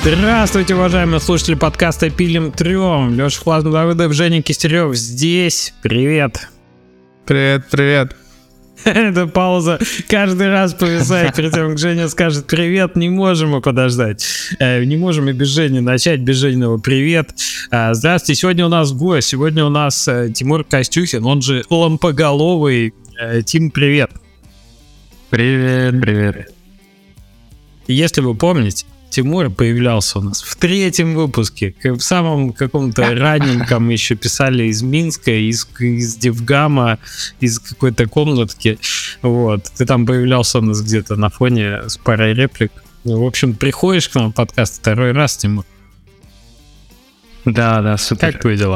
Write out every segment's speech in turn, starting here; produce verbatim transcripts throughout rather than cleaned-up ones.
Здравствуйте, уважаемые слушатели подкаста «Пилим трем». Леша Флазм, Давыдов, Женя Кистерев здесь. Привет. Привет, привет. Эта пауза каждый раз повисает перед тем, как Женя скажет «привет». Не можем мы подождать. Не можем и без Жени начать, без Жениного «привет». Здравствуйте, сегодня у нас гость. Сегодня у нас Тимур Костюхин, он же лампоголовый. Тим, привет. Привет, привет. Если вы помните, Тимур появлялся у нас в третьем выпуске, в самом каком-то ранненьком еще писали из Минска, из, из Девгама, из какой-то комнатки. Вот. Ты там появлялся у нас где-то на фоне с парой реплик. В общем, приходишь к нам в подкаст второй раз, Тимур. Да, да, супер. Как твои дела?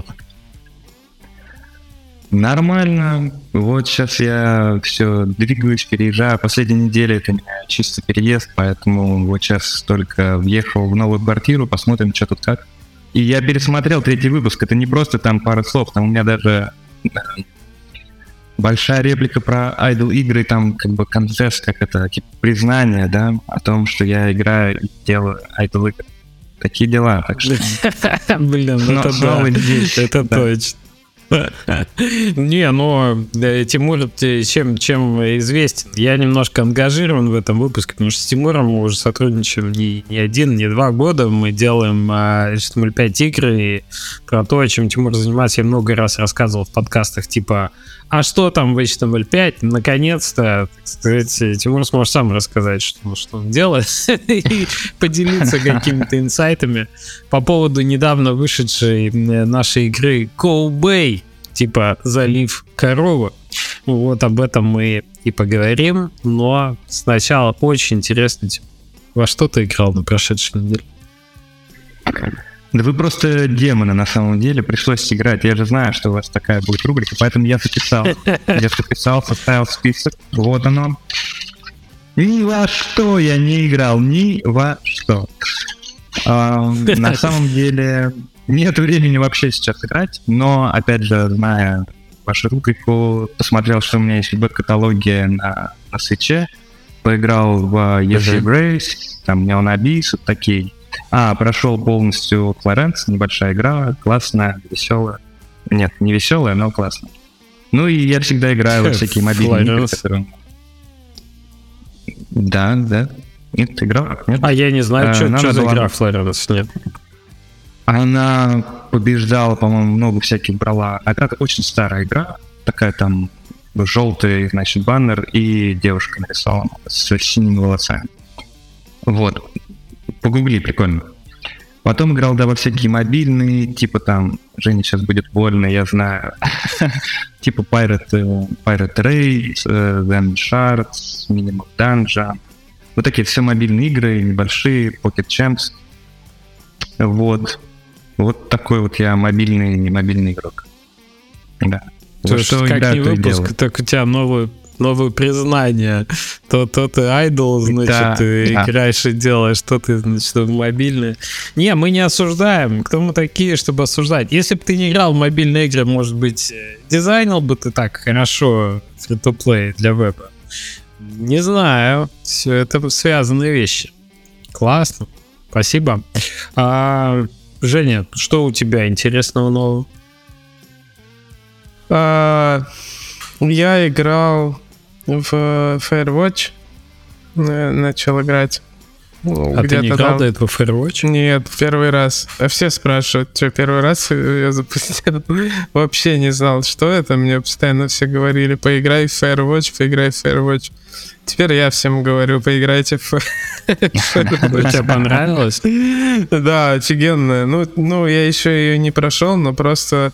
Нормально. Вот сейчас я все двигаюсь, переезжаю. Последняя неделя это у меня чисто переезд, поэтому вот сейчас только въехал в новую квартиру, посмотрим, что тут как. И я пересмотрел третий выпуск. Это не просто там пара слов, там у меня даже большая реплика про айдол игры, там как бы контест, как это, типа признание, да, о том, что я играю и делаю айдол игры. Такие дела, так что... Блин, это да, это точно. Не, но Тимур чем, чем известен? Я немножко ангажирован в этом выпуске, потому что с Тимуром мы уже сотрудничаем не, не один, не два года. Мы делаем эйч ти эм эль пять игры, и про то, чем Тимур занимается, я много раз рассказывал в подкастах, типа, а что там в эйч ти эм эль пять? Наконец-то, так сказать, Тимур сможет сам рассказать, что, что он делает, и поделиться какими-то инсайтами по поводу недавно вышедшей нашей игры Коубэй, типа «Залив коровы». Вот об этом мы и поговорим, но сначала очень интересно, во что ты играл на прошедшей неделе? Да вы просто демоны на самом деле, пришлось играть. Я же знаю, что у вас такая будет рубрика, поэтому я записал. Я записал, составил список, вот оно. Ни во что я не играл, ни во что. А, на самом деле нет времени вообще сейчас играть, но, опять же, зная вашу рубрику, посмотрел, что у меня есть в бэк-каталоге на, на Switch, поиграл в Easy Race, там Neonabis, вот такие. А, прошел полностью Флоренс, небольшая игра, классная, веселая. Нет, не веселая, но классная. Ну и я всегда играю во всякие мобильные игры, которые... Да, да. Нет, ты играл? Нет? А я не знаю, а, что, что за была... игра Флоренс, нет. Она побеждала, по-моему, много всяких брала. А это очень старая игра, такая там желтый, значит, баннер и девушка нарисована с синими волосами. Вот. Погугли, прикольно. Потом играл, да, во всякие мобильные, типа там, Женя сейчас будет больно, я знаю, типа Pirate, Pirate Race, The Shards, Minimum Dungeon. Вот такие все мобильные игры, небольшие, Pocket Champs. Вот. Вот такой вот я мобильный, мобильный игрок. Да. То есть, как играю, не выпуск, так у тебя новый... новое признание. То, то ты айдол, значит, да, ты да. играешь и делаешь, то ты, значит, мобильное. Не, мы не осуждаем. Кто мы такие, чтобы осуждать? Если бы ты не играл в мобильные игры, может быть, дизайнил бы ты так хорошо фри-то-плей для веба? Не знаю. Все это связанные вещи. Классно. Спасибо. А, Женя, что у тебя интересного нового? А, я играл в Firewatch, начал играть. А ты не играл там... до этого в Firewatch? Нет, первый раз. А все спрашивают, что первый раз я запустил. Вообще не знал, что это. Мне постоянно все говорили, поиграй в Firewatch, поиграй в Firewatch. Теперь я всем говорю, поиграйте в Firewatch. Тебе понравилось? Да, офигенно. Ну, ну, я еще ее не прошел, но просто...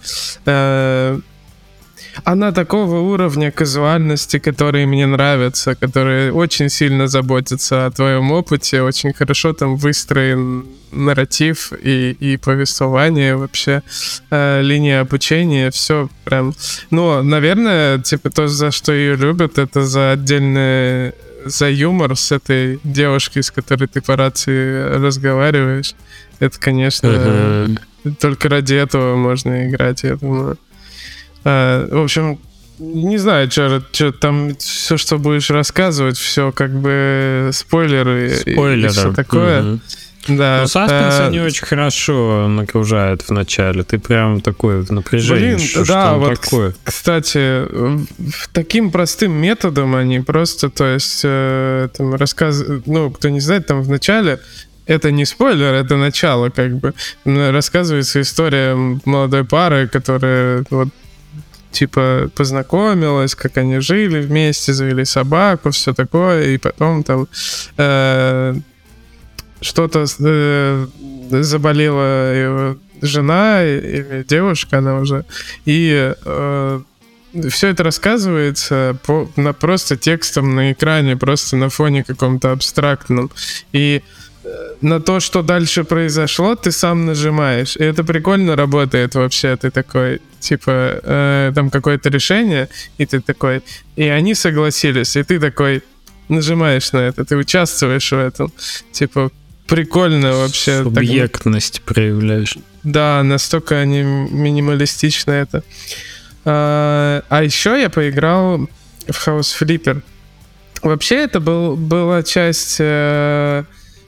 Она такого уровня казуальности, который мне нравится, который очень сильно заботится о твоем опыте, очень хорошо там выстроен нарратив и, и повествование, вообще э, линия обучения, все прям... Ну, наверное, типа то, за что ее любят, это за отдельное... за юмор с этой девушкой, с которой ты по рации разговариваешь. Это, конечно, uh-huh. только ради этого можно играть, я думаю. Uh, в общем, не знаю, что там все, что будешь рассказывать, все как бы спойлеры, Спойлеры. и, и все такое. Mm-hmm. Да. Но саспенс э... они очень хорошо нагружают в начале. Ты прям такой в напряжении. Блин, что, да, что вот, такое? Кстати, таким простым методом они просто, то есть, э, там рассказ... Ну, кто не знает, там в начале, это не спойлер, это начало, как бы, рассказывается история молодой пары, которая вот типа познакомилась, как они жили вместе, завели собаку, все такое, и потом там э, что-то э, заболела его жена или девушка, она уже, и э, все это рассказывается по, на, просто текстом на экране, просто на фоне каком-то абстрактном, и на то, что дальше произошло, ты сам нажимаешь. И это прикольно работает вообще. Ты такой, типа, э, там какое-то решение, и ты такой... И они согласились, и ты такой нажимаешь на это, ты участвуешь в этом. Типа, прикольно вообще. Субъектность так... проявляешь. Да, настолько они минималистично это. А, а еще я поиграл в House Flipper. Вообще это был, была часть... Э,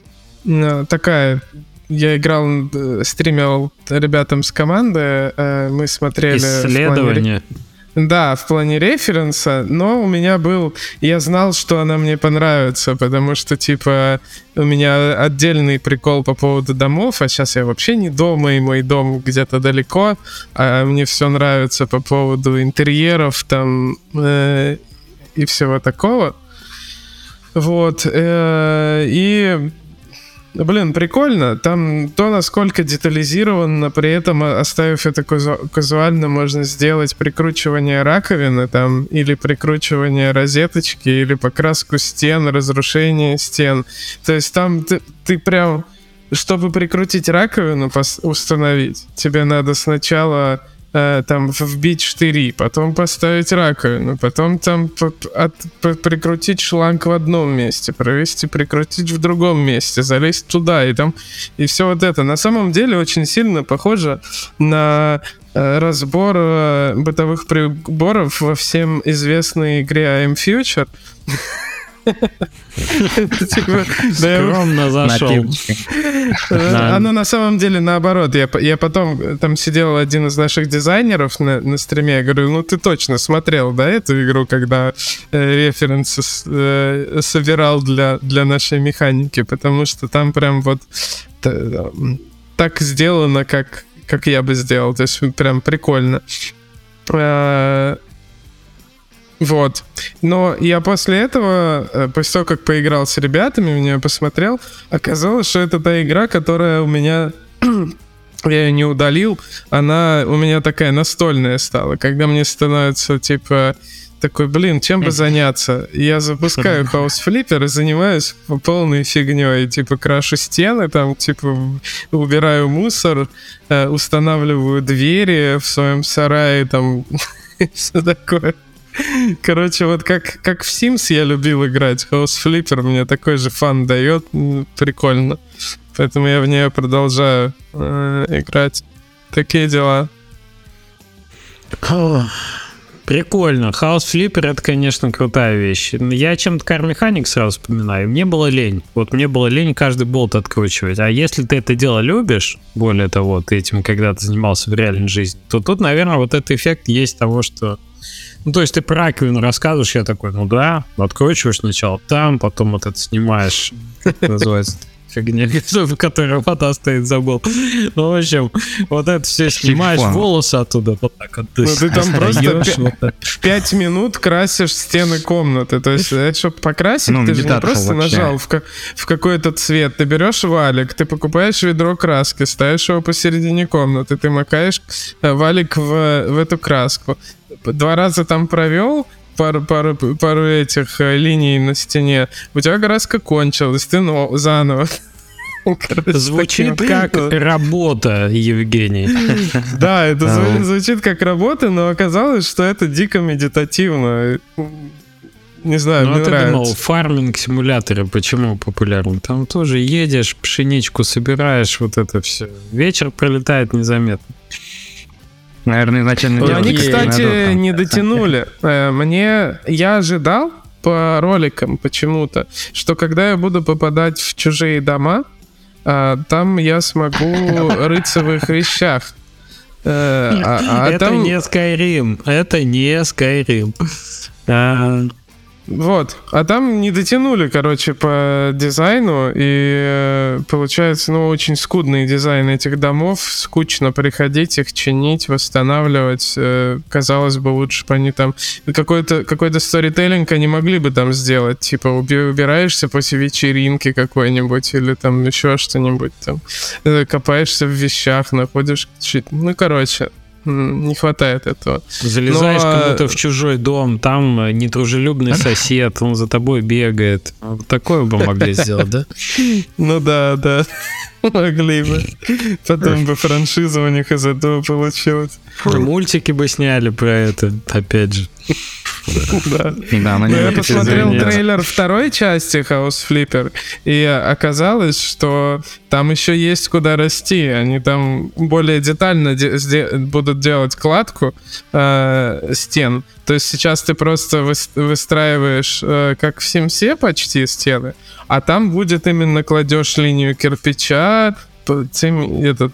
такая, я играл, стримил ребятам с команды, мы смотрели... Исследование. Плане, да, в плане референса, но у меня был... Я знал, что она мне понравится, потому что, типа, у меня отдельный прикол по поводу домов, а сейчас я вообще не дома, и мой дом где-то далеко, а мне все нравится по поводу интерьеров там э, и всего такого. Вот. Э, и... Блин, прикольно. Там то, насколько детализировано, при этом оставив это казу- казуально, можно сделать прикручивание раковины там, или прикручивание розеточки, или покраску стен, разрушение стен. То есть там ты, ты прям, чтобы прикрутить раковину, пос- установить, тебе надо сначала... там вбить штыри, потом поставить раковину, потом там от, прикрутить шланг в одном месте, провести, прикрутить в другом месте, залезть туда, и там, и все вот это. На самом деле очень сильно похоже на разбор бытовых приборов во всем известной игре I Am Future. Скромно зашел. Оно на самом деле наоборот. Я, я потом, там сидел один из наших дизайнеров на, на стриме, я говорю, ну ты точно смотрел, да, эту игру, когда э, референсы э, собирал для, для нашей механики, потому что там прям вот т, так сделано, как, как я бы сделал, то есть прям прикольно. Вот. Но я после этого, после того, как поиграл с ребятами, в нее посмотрел, оказалось, что это та игра, которая у меня... я ее не удалил, она у меня такая настольная стала. Когда мне становится, типа, такой, блин, чем бы заняться? Я запускаю House Flipper и занимаюсь полной фигней. Типа, крашу стены, там, типа, убираю мусор, устанавливаю двери в своем сарае, там, все такое. Короче, вот как, как в Sims я любил играть, House Flipper мне такой же фан дает, прикольно. Поэтому я в нее продолжаю э, играть. Такие дела. Прикольно. House Flipper — это, конечно, крутая вещь. Я чем-то Car Mechanic сразу вспоминаю. Мне было лень. Вот мне было лень каждый болт откручивать. А если ты это дело любишь, более того, ты этим когда-то занимался в реальной жизни, то тут, наверное, вот этот эффект есть того, что... Ну, то есть ты про раковину рассказываешь, я такой, ну да, откручиваешь сначала там, потом вот это снимаешь, как это называется, фигня, в которой вода стоит, забыл. Ну, в общем, вот это все снимаешь, волосы оттуда, вот так вот. Ну, ты там просто в пять минут красишь стены комнаты, то есть, чтобы покрасить, ты же не просто нажал в какой-то цвет, ты берешь валик, ты покупаешь ведро краски, ставишь его посередине комнаты, ты макаешь валик в эту краску, два раза там провел, пару, пару, пару этих э, линий на стене, у тебя краска кончилась, ты но, заново. Короче, звучит таким... как работа, Евгений. Да, это зв- звучит как работа, но оказалось, что это дико медитативно. Не знаю, ну, мне а ты нравится. думал, фарминг-симуляторы почему популярны? Там тоже едешь, пшеничку собираешь, вот это все. Вечер пролетает незаметно. Наверное, изначально... Они, кстати, не дотянули. Мне... Я ожидал по роликам почему-то, что когда я буду попадать в чужие дома, а там я смогу рыться в их вещах. А, а это там... не Skyrim, это не Skyrim. А... Вот, а там не дотянули, короче, по дизайну, и получается, ну, очень скудный дизайн этих домов, скучно приходить, их чинить, восстанавливать, казалось бы, лучше бы они там какой-то, какой-то сторителлинг они могли бы там сделать, типа убираешься после вечеринки какой-нибудь, или там еще что-нибудь, там, копаешься в вещах, находишь, ну, короче... Не хватает этого. Залезаешь Но... кому-то в чужой дом, там недружелюбный сосед, он за тобой бегает. Вот такое бы могли сделать, да? Ну да, да. Могли бы. Потом бы франшиза у них из этого получилась. Мультики бы сняли про это, опять же. Да. Да, но я посмотрел трейлер второй части House Flipper, и оказалось, что там еще есть куда расти. Они там более детально де- де- будут делать кладку э, стен. То есть сейчас ты просто вы- выстраиваешь, э, как в Симсе почти, стены, а там будет именно кладешь линию кирпича, цем- этот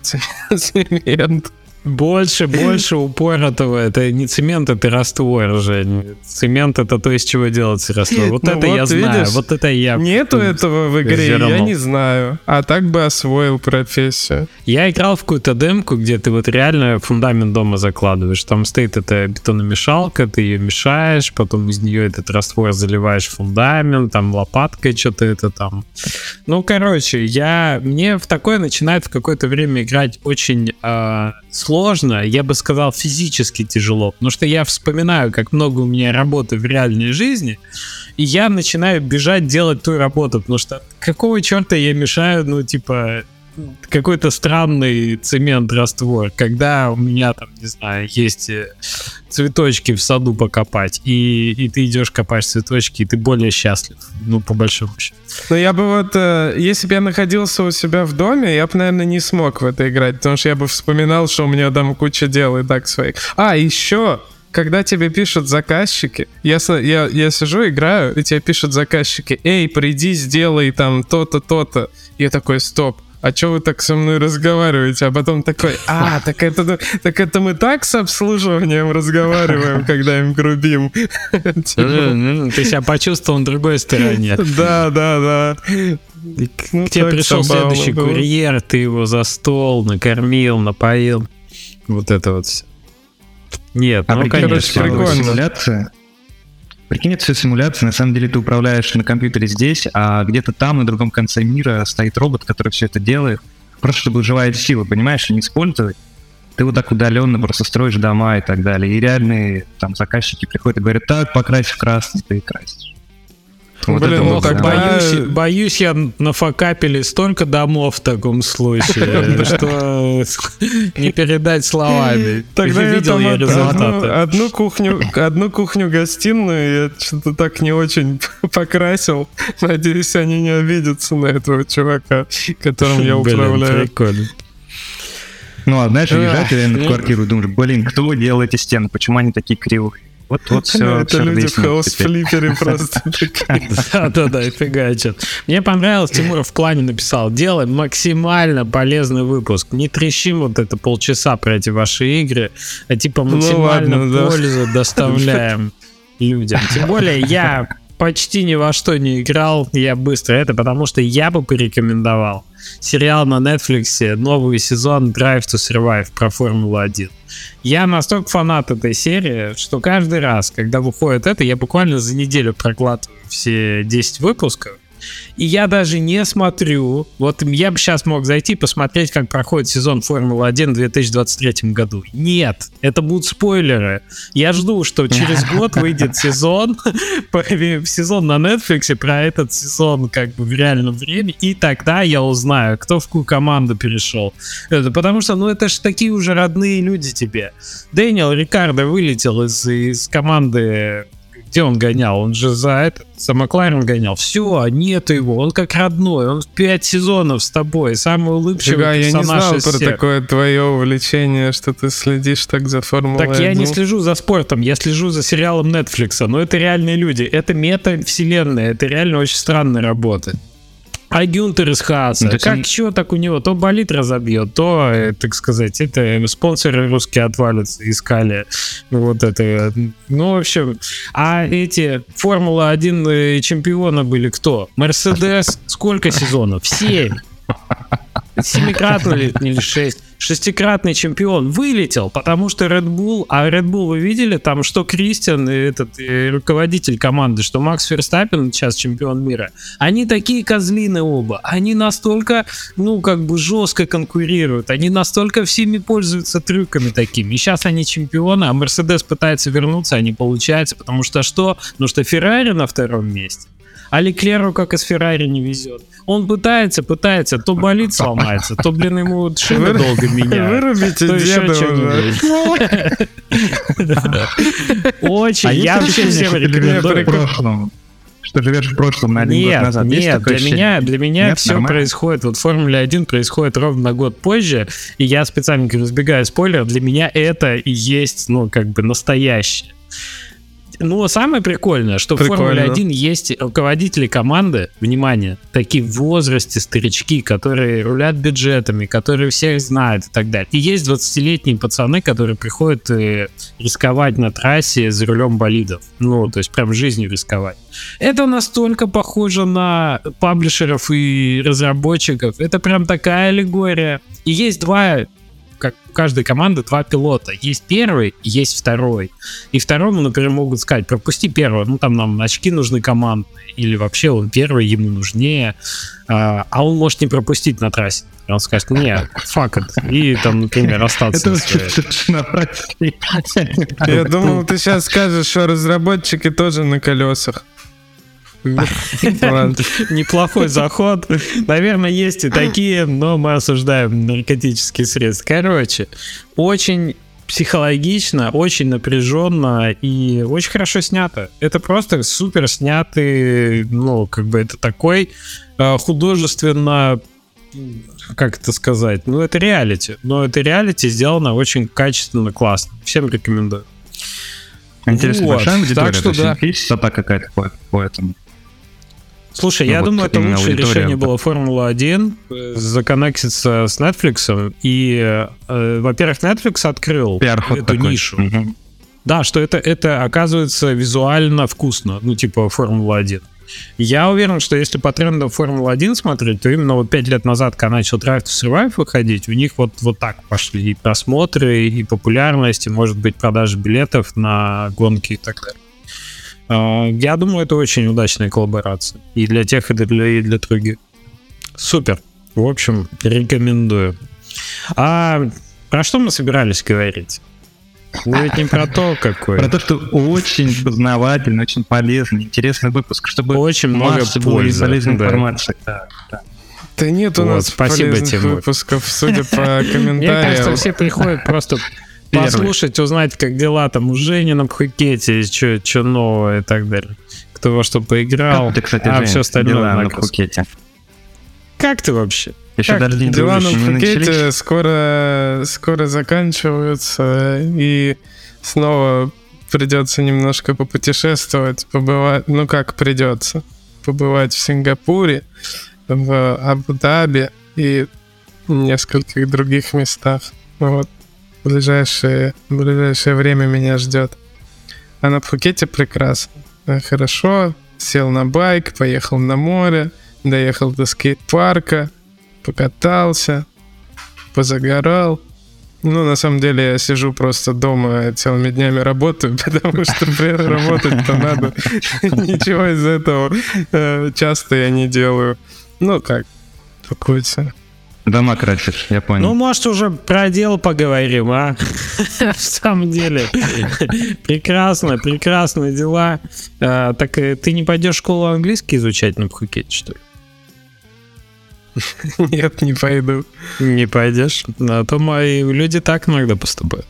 цемент. Больше, больше упоротого. Это не цемент, это раствор, Жень. Цемент — это то, из чего делается раствор. Вот ну это вот, я видишь, знаю, вот это я... Нету этого в игре, зерно. Я не знаю. А так бы освоил профессию. Я играл в какую-то демку, где ты вот реально фундамент дома закладываешь. Там стоит эта бетономешалка, ты ее мешаешь, потом из нее этот раствор заливаешь в фундамент, там лопаткой что-то это там... Ну, короче, я... Мне в такое начинает в какое-то время играть очень... Э, сложно, я бы сказал, физически тяжело, потому что я вспоминаю, как много у меня работы в реальной жизни, и я начинаю бежать делать ту работу, потому что какого черта я мешаю, ну, типа, какой-то странный цемент-раствор, когда у меня там, не знаю, есть цветочки в саду покопать, и, и ты идешь копаешь цветочки, и ты более счастлив, ну, по большому счету. Ну, я бы вот, э, если бы я находился у себя в доме, я бы, наверное, не смог в это играть, потому что я бы вспоминал, что у меня там куча дел и так своих. А, еще... Когда тебе пишут заказчики, я, я, я сижу, играю, и тебе пишут заказчики: эй, приди, сделай там то-то, то-то. Я такой: стоп, а чё вы так со мной разговариваете? А потом такой: а, так это, так это мы так с обслуживанием разговариваем, когда им грубим. Ты себя почувствовал на другой стороне. Да, да, да. К тебе пришел следующий курьер, ты его за стол накормил, напоил. Вот это вот все. Нет, а ну, прикинь, конечно, прикольно. Симуляция. Прикинь, это все симуляция. На самом деле ты управляешь на компьютере здесь, а где-то там, на другом конце мира, стоит робот, который все это делает. Просто чтобы живая сила, понимаешь, не использовать. Ты вот так удаленно просто строишь дома и так далее. И реальные там заказчики приходят и говорят: так, покрась в красный, ты красишь. Вот Блин, это ну, так боюсь, боюсь, я нафакапили столько домов в таком случае, что не передать словами. Тогда я видел я результаты. Одну кухню, одну кухню-гостиную я что-то так не очень покрасил. Надеюсь, они не обидятся на этого чувака, которым я управляю. Прикольно. Ну, а знаешь, езжать реально в квартиру и думаешь: блин, кто делал эти стены, почему они такие кривые? Вот, вот все. Это все люди в хаус-флиппере просто. Да-да-да, фигачат. Мне понравилось, Тимур в плане написал: делаем максимально полезный выпуск. Не трещим вот это полчаса про эти ваши игры, а типа максимально пользу доставляем людям. Тем более я почти ни во что не играл, я быстро это, потому что я бы порекомендовал сериал на Netflix, новый сезон Drive to Survive про Формулу один. Я настолько фанат этой серии, что каждый раз, когда выходит это, я буквально за неделю проглатываю все десять выпусков. И я даже не смотрю. Вот я бы сейчас мог зайти и посмотреть, как проходит сезон Формулы один в две тысячи двадцать третьем году. Нет, это будут спойлеры. Я жду, что через год выйдет сезон, сезон на Netflix про этот сезон как бы в реальном времени, и тогда я узнаю, кто в какую команду перешел. Это потому что, ну, это же такие уже родные люди тебе. Дэниел Рикардо вылетел из, из команды. Где он гонял? Он же за это, за Макларен гонял. Все, нету его, он как родной, он пять сезонов с тобой, самый улыбчивый Фига, персонаж. Я не знал из про всех. Такое твое увлечение, что ты следишь так за Формулой Так я не слежу за спортом, я слежу за сериалом Netflix, но это реальные люди, это мета-вселенная, это реально очень странная работа. А Гюнтер из Хааса, Ну, как он... что так у него, то болит разобьет, то, э, так сказать, это спонсоры русские отвалятся, искали вот это. Ну, в общем, а эти Формула один чемпиона были кто? Мерседес сколько сезонов? Семь. Семикратный или шесть. Шестикратный чемпион вылетел, потому что Red Bull, а Red Bull вы видели, там что Кристиан, этот и руководитель команды, что Макс Ферстаппен, сейчас чемпион мира, они такие козлины оба, они настолько, ну, как бы жестко конкурируют, они настолько всеми пользуются трюками такими, и сейчас они чемпионы, а Мерседес пытается вернуться, а не получается, потому что что? Ну, что Феррари на втором месте. А Леклеру как из Феррари не везет. Он пытается, пытается, то болит, сломается, то, блин, ему шины долго меняют. Вырубите деда уже. Очень. Я вообще всем рекомендую. Что живешь в прошлом на один нет, год назад. Нет, для меня, для меня нет, все нормально. Происходит, вот в Формуле один происходит ровно на год позже, и я специально разбегаю спойлер, для меня это и есть, ну, как бы настоящее. Ну, самое прикольное, что Прикольно. в Формуле один есть руководители команды, внимание, такие в возрасте старички, которые рулят бюджетами, которые всех знают и так далее. И есть двадцатилетние пацаны, которые приходят э, рисковать на трассе за рулем болидов. Ну, то есть прям жизнью рисковать. Это настолько похоже на паблишеров и разработчиков. Это прям такая аллегория. И есть два... как у каждой команды два пилота. Есть первый, есть второй. И второму, например, могут сказать, пропусти первого, ну там нам очки нужны командные, или вообще он первый, ему нужнее. А, а он может не пропустить на трассе. И он скажет, нет, fuck it. И там, например, остаться. Я думал, ты сейчас скажешь, что разработчики тоже на колесах. Неплохой заход. Наверное, есть и такие, но мы осуждаем наркотические средства. Короче, очень психологично, очень напряженно и очень хорошо снято. Это просто супер снятый, ну, как бы это такой э, художественно, как это сказать, ну, это реалити. Но это реалити сделано очень качественно, классно. Всем рекомендую. Интересно, вот. Большая аудитория? Так что да. Есть стата какая-то по, по этому? Слушай, ну, я вот думаю, это лучшее решение было Формула один, законнектиться с Netflix, и, э, во-первых, Netflix открыл эту такой. нишу. Угу. Да, что это, это оказывается визуально вкусно, ну, типа Формула один. Я уверен, что если по трендам Формулы один смотреть, то именно вот пять лет назад, когда начал Drive to Survive выходить, у них вот, вот так пошли и просмотры, и популярность, и, может быть, продажи билетов на гонки и так далее. Я думаю, это очень удачная коллаборация. И для тех, и для, и для других. Супер. В общем, рекомендую. А про что мы собирались говорить? Ну ведь не про то, какой. Про то, что очень познавательный, очень полезный, интересный выпуск, чтобы очень много пользы, полезной да. информации. Да, да. Да нет у вот, нас спасибо, полезных Тимур. Выпусков, судя по комментариям. Мне кажется, все приходят просто послушать, узнать, как дела там у Жени на Пхукете, что нового и так далее. Кто во что поиграл, как ты, кстати, а Жень, все остальное дела на Пхукете. Как ты вообще? Еще как? даже не Дела на Пхукете скоро, скоро заканчиваются, и снова придется немножко попутешествовать, побывать, ну как придется, побывать в Сингапуре, в Абу-Даби и в нескольких других местах. Вот. В ближайшее, в ближайшее время меня ждет. А на Пхукете прекрасно. Хорошо, сел на байк, поехал на море, доехал до скейт-парка, покатался, позагорал. Ну, на самом деле, я сижу просто дома целыми днями работаю, потому что работать-то надо. Ничего из этого часто я не делаю. Ну, как, покойся. Дома красишь, я понял. Ну, может, уже про дело поговорим, а? В самом деле. Прекрасно, прекрасные дела. А, так ты не пойдешь в школу английский изучать на Пхукете, что ли? Нет, не пойду. Не пойдешь? А то мои люди так иногда поступают.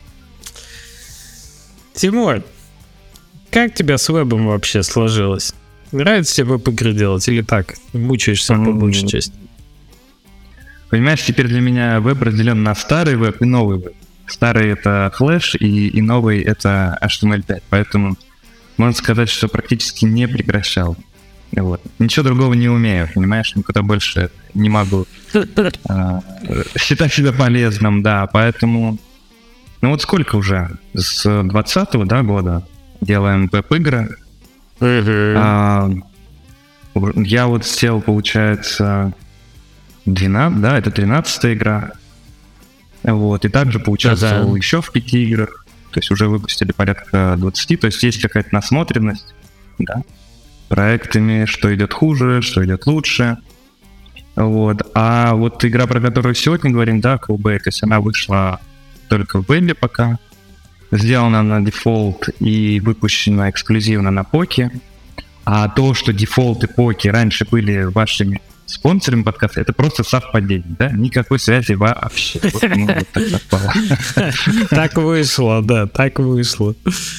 Тимур, как тебя с вебом вообще сложилось? Нравится тебе веб-игры делать или так? Мучаешься по большей части? Понимаешь, теперь для меня веб разделен на старый веб и новый веб. Старый — это Flash, и, и новый — это эйч ти эм эль пять. Поэтому можно сказать, что практически не прекращал Вот. Ничего другого не умею, понимаешь, никуда больше не могу э, считать себя полезным, да, поэтому... Ну вот сколько уже? С двадцатого, да, года делаем веб-игры. Uh-huh. А, я вот сделал, получается, двенадцать, да, это тринадцатая игра. Вот, и также поучаствовал uh-huh. еще в пяти играх. То есть уже выпустили порядка двадцати, то есть есть какая-то насмотренность, да, проектами, что идет хуже, что идет лучше. Вот. А вот игра, про которую сегодня говорим, да, Coolbay, то есть она вышла только в вебе пока, сделана на дефолт и выпущена эксклюзивно на Поке. А то, что дефолт и Поки раньше были вашими спонсорами подкаста, это просто совпадение, да? Никакой связи вообще. Так вышло, да, так вышло.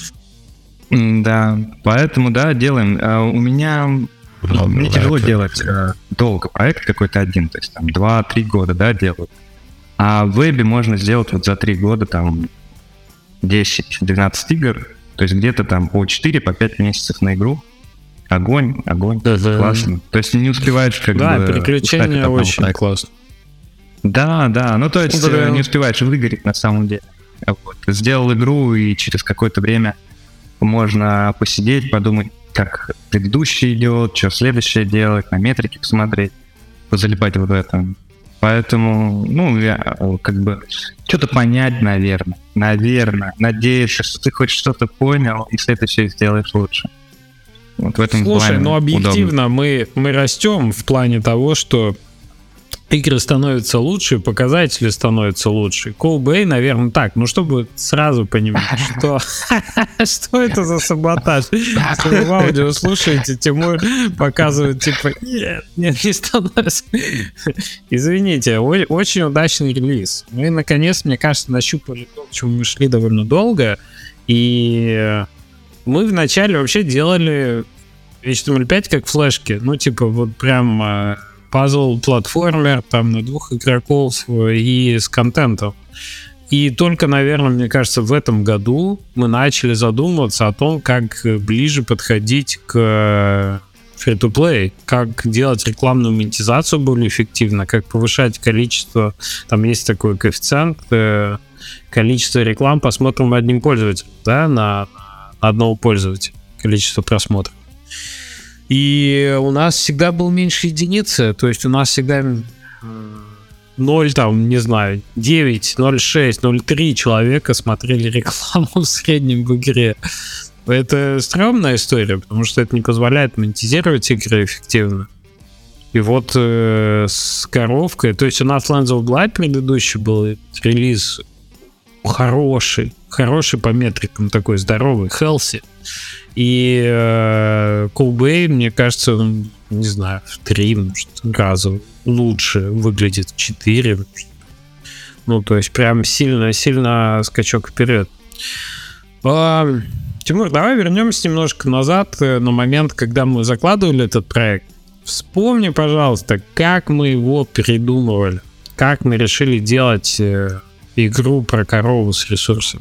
Да, поэтому, да, делаем. У меня... Мне тяжело делать долго проект какой-то один, то есть там два-три года, да, делаю. А в вебе можно сделать вот за три года там десять-двенадцать игр, то есть где-то там по четыре, по пять месяцев на игру. Огонь, огонь, да, классно. Да. То есть не успеваешь как да, бы... Да, приключения очень проекта. Классно. Да, да, ну то есть да. не успеваешь выгореть на самом деле. Вот. Сделал игру, и через какое-то время можно посидеть, подумать, как предыдущий идет, что следующее делать, на метрики посмотреть, позалипать вот в это. Поэтому, ну, я как бы что-то понять, наверное, наверное, надеяться, что ты хоть что-то понял, и следующее сделаешь лучше. Вот в этом Слушай, плане ну объективно удобно. мы, мы растем в плане того, что игры становятся лучше, показатели становятся лучше. Coolbay, наверное, так, ну чтобы сразу понимать, что что это за саботаж. Если вы в аудио слушаете, Тимур показывает, типа, нет, нет, не становится. Извините, очень удачный релиз. Мы, наконец, мне кажется, нащупали то, к чему мы шли довольно долго, и мы вначале вообще делали эйч ти эм эль пять как флешки, ну, типа, вот прям... пазл-платформер там на двух игроков и с контентом. И только, наверное, мне кажется, в этом году мы начали задумываться о том, как ближе подходить к free-to-play, как делать рекламную монетизацию более эффективно, как повышать количество, там есть такой коэффициент, количество реклам по смотрам одним пользователем, да, на одного пользователя, количество просмотров. И у нас всегда был меньше единицы, то есть у нас всегда ноль, там, не знаю, девять, ноль шесть, ноль три человека смотрели рекламу в среднем в игре. Это стрёмная история, потому что это не позволяет монетизировать игры эффективно. И вот э, с коровкой, то есть у нас Lands of Blood предыдущий был релиз хороший, хороший по метрикам, такой здоровый, healthy. И э, Coolbay, мне кажется, он, не знаю, в три может, раза лучше выглядит, в четыре. Ну, то есть прям сильно-сильно скачок вперед. А, Тимур, давай вернемся немножко назад, на момент, когда мы закладывали этот проект. Вспомни, пожалуйста, как мы его придумывали, как мы решили делать э, игру про корову с ресурсами.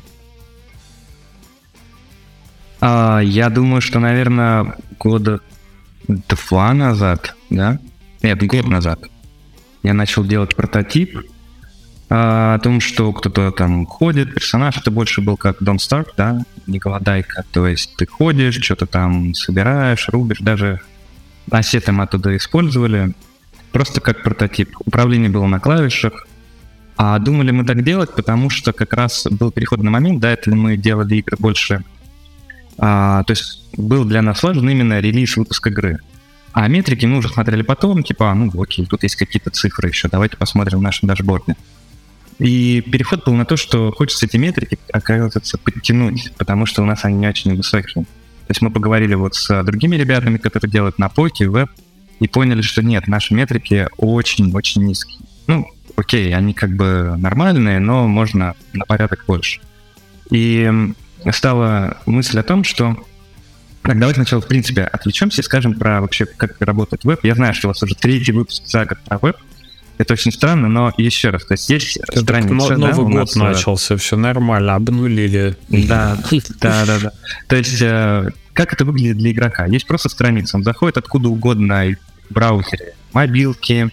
А, я думаю, что, наверное, года два назад, да? Нет, год назад я начал делать прототип а, о том, что кто-то там ходит, персонаж, это больше был как Don't Starve, да, не голодайка, то есть ты ходишь, что-то там собираешь, рубишь, даже ассеты мы оттуда использовали, просто как прототип. Управление было на клавишах, а думали мы так делать, потому что как раз был переходный момент, да, это мы делали игры больше... А, то есть был для нас важен именно релиз выпуска игры. А метрики мы уже смотрели потом, типа, ну окей, тут есть какие-то цифры еще, давайте посмотрим в нашем дашборде. И переход был на то, что хочется эти метрики, оказывается, подтянуть, потому что у нас они не очень высокие. То есть мы поговорили вот с другими ребятами, которые делают на Поке, веб, и поняли, что нет, наши метрики очень-очень низкие. Ну, окей, они как бы нормальные, но можно на порядок больше. И стала мысль о том, что так, давайте сначала, в принципе, отвлечемся и скажем про вообще, как работает веб. Я знаю, что у вас уже третий выпуск за год про веб. Это очень странно, но еще раз, то есть есть это страница, Новый да, год нас... начался, все нормально, обнулили. Да, да, да, да. То есть как это выглядит для игрока? Есть просто страница, он заходит откуда угодно в браузере, мобилке,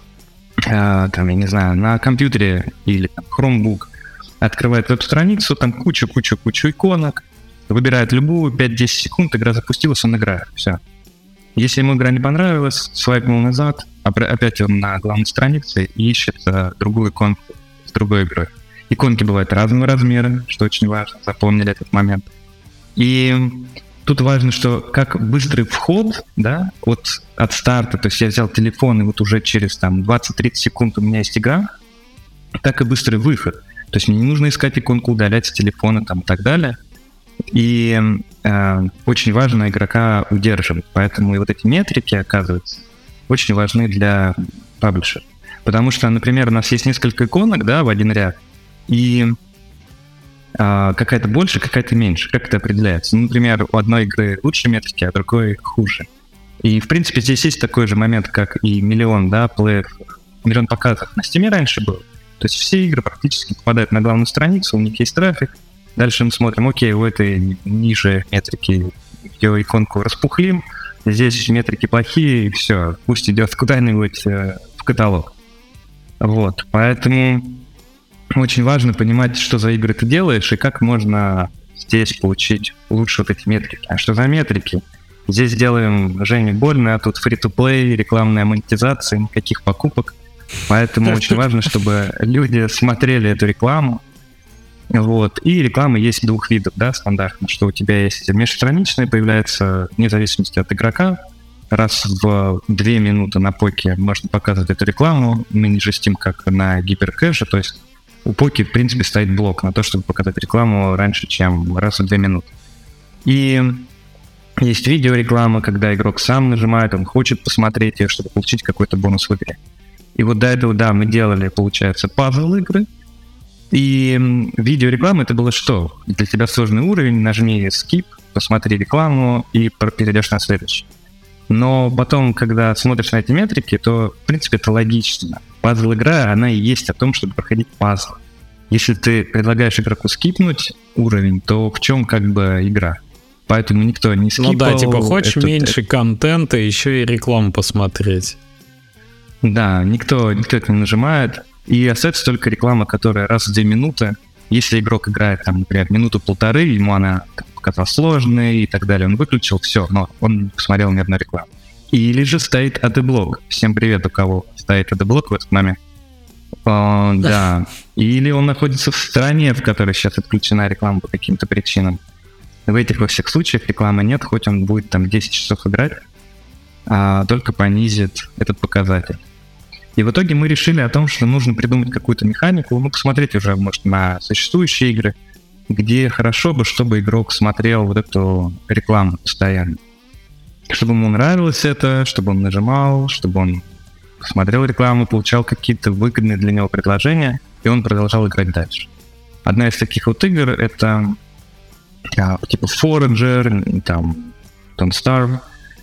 э, там, я не знаю, на компьютере или там, Chromebook, открывает веб-страницу, там куча-куча-куча иконок, выбирает любую, пять-десять секунд, игра запустилась, он играет, все. Если ему игра не понравилась, свайпнул назад, опять он на главной странице и ищет э, другую иконку с другой игрой. Иконки бывают разного размера, что очень важно, запомнили этот момент. И тут важно, что как быстрый вход, да, от, от старта, то есть я взял телефон, и вот уже через там двадцать-тридцать секунд у меня есть игра, так и быстрый выход. То есть мне не нужно искать иконку, удалять с телефона там, и так далее. И э, очень важно игрока удерживать. Поэтому и вот эти метрики, оказывается, очень важны для паблишера. Потому что, например, у нас есть несколько иконок, да, в один ряд, и э, какая-то больше, какая-то меньше. Как это определяется? Ну, например, у одной игры лучше метрики, а у другой хуже. И, в принципе, здесь есть такой же момент, как и миллион, да, плеев, миллион показов на Steam раньше был. То есть все игры практически попадают на главную страницу, у них есть трафик. Дальше мы смотрим, окей, у этой ниже метрики ее иконку распухлим, здесь метрики плохие, и все, пусть идет куда-нибудь э, в каталог. Вот, поэтому очень важно понимать, что за игры ты делаешь, и как можно здесь получить лучше вот эти метрики. А что за метрики? Здесь делаем Жене больно, а тут free-to-play, рекламная монетизация, никаких покупок. Поэтому очень важно, чтобы люди смотрели эту рекламу. Вот. И реклама есть двух видов, да, стандартно, что у тебя есть межстраничная, появляется вне зависимости от игрока. Раз в две минуты на поке можно показывать эту рекламу. Мы не жестим, как на гиперкэше, то есть у поки, в принципе, стоит блок на то, чтобы показать рекламу раньше, чем раз в две минуты. И есть видеореклама, когда игрок сам нажимает, он хочет посмотреть ее, чтобы получить какой-то бонус в игре. И вот до этого, да, мы делали, получается, пазл игры. И видеореклама это было что? Для тебя сложный уровень, нажми skip, посмотри рекламу и перейдешь на следующий. Но потом, когда смотришь на эти метрики, то, в принципе, это логично. Пазл-игра, она и есть о том, чтобы проходить пазл. Если ты предлагаешь игроку скипнуть уровень, то в чем как бы игра? Поэтому никто не скипал. Ну да, типа хочешь это, меньше это... контента, еще и рекламу посмотреть. Да, никто, никто это не нажимает. И остается только реклама, которая раз в две минуты, если игрок играет, там, например, минуту-полторы, ему она показалась сложной и так далее, он выключил, все, но он не посмотрел ни одной рекламы. Или же стоит эй ди-блок. Всем привет, у кого стоит эй ди-блок в этот момент. О, да. Или он находится в стране, в которой сейчас отключена реклама по каким-то причинам. В этих во всех случаях рекламы нет, хоть он будет там десять часов играть, а только понизит этот показатель. И в итоге мы решили о том, что нужно придумать какую-то механику, ну, посмотреть уже, может, на существующие игры, где хорошо бы, чтобы игрок смотрел вот эту рекламу постоянно. Чтобы ему нравилось это, чтобы он нажимал, чтобы он смотрел рекламу, получал какие-то выгодные для него предложения, и он продолжал играть дальше. Одна из таких вот игр — это а, типа Forager, там, Don't Starve,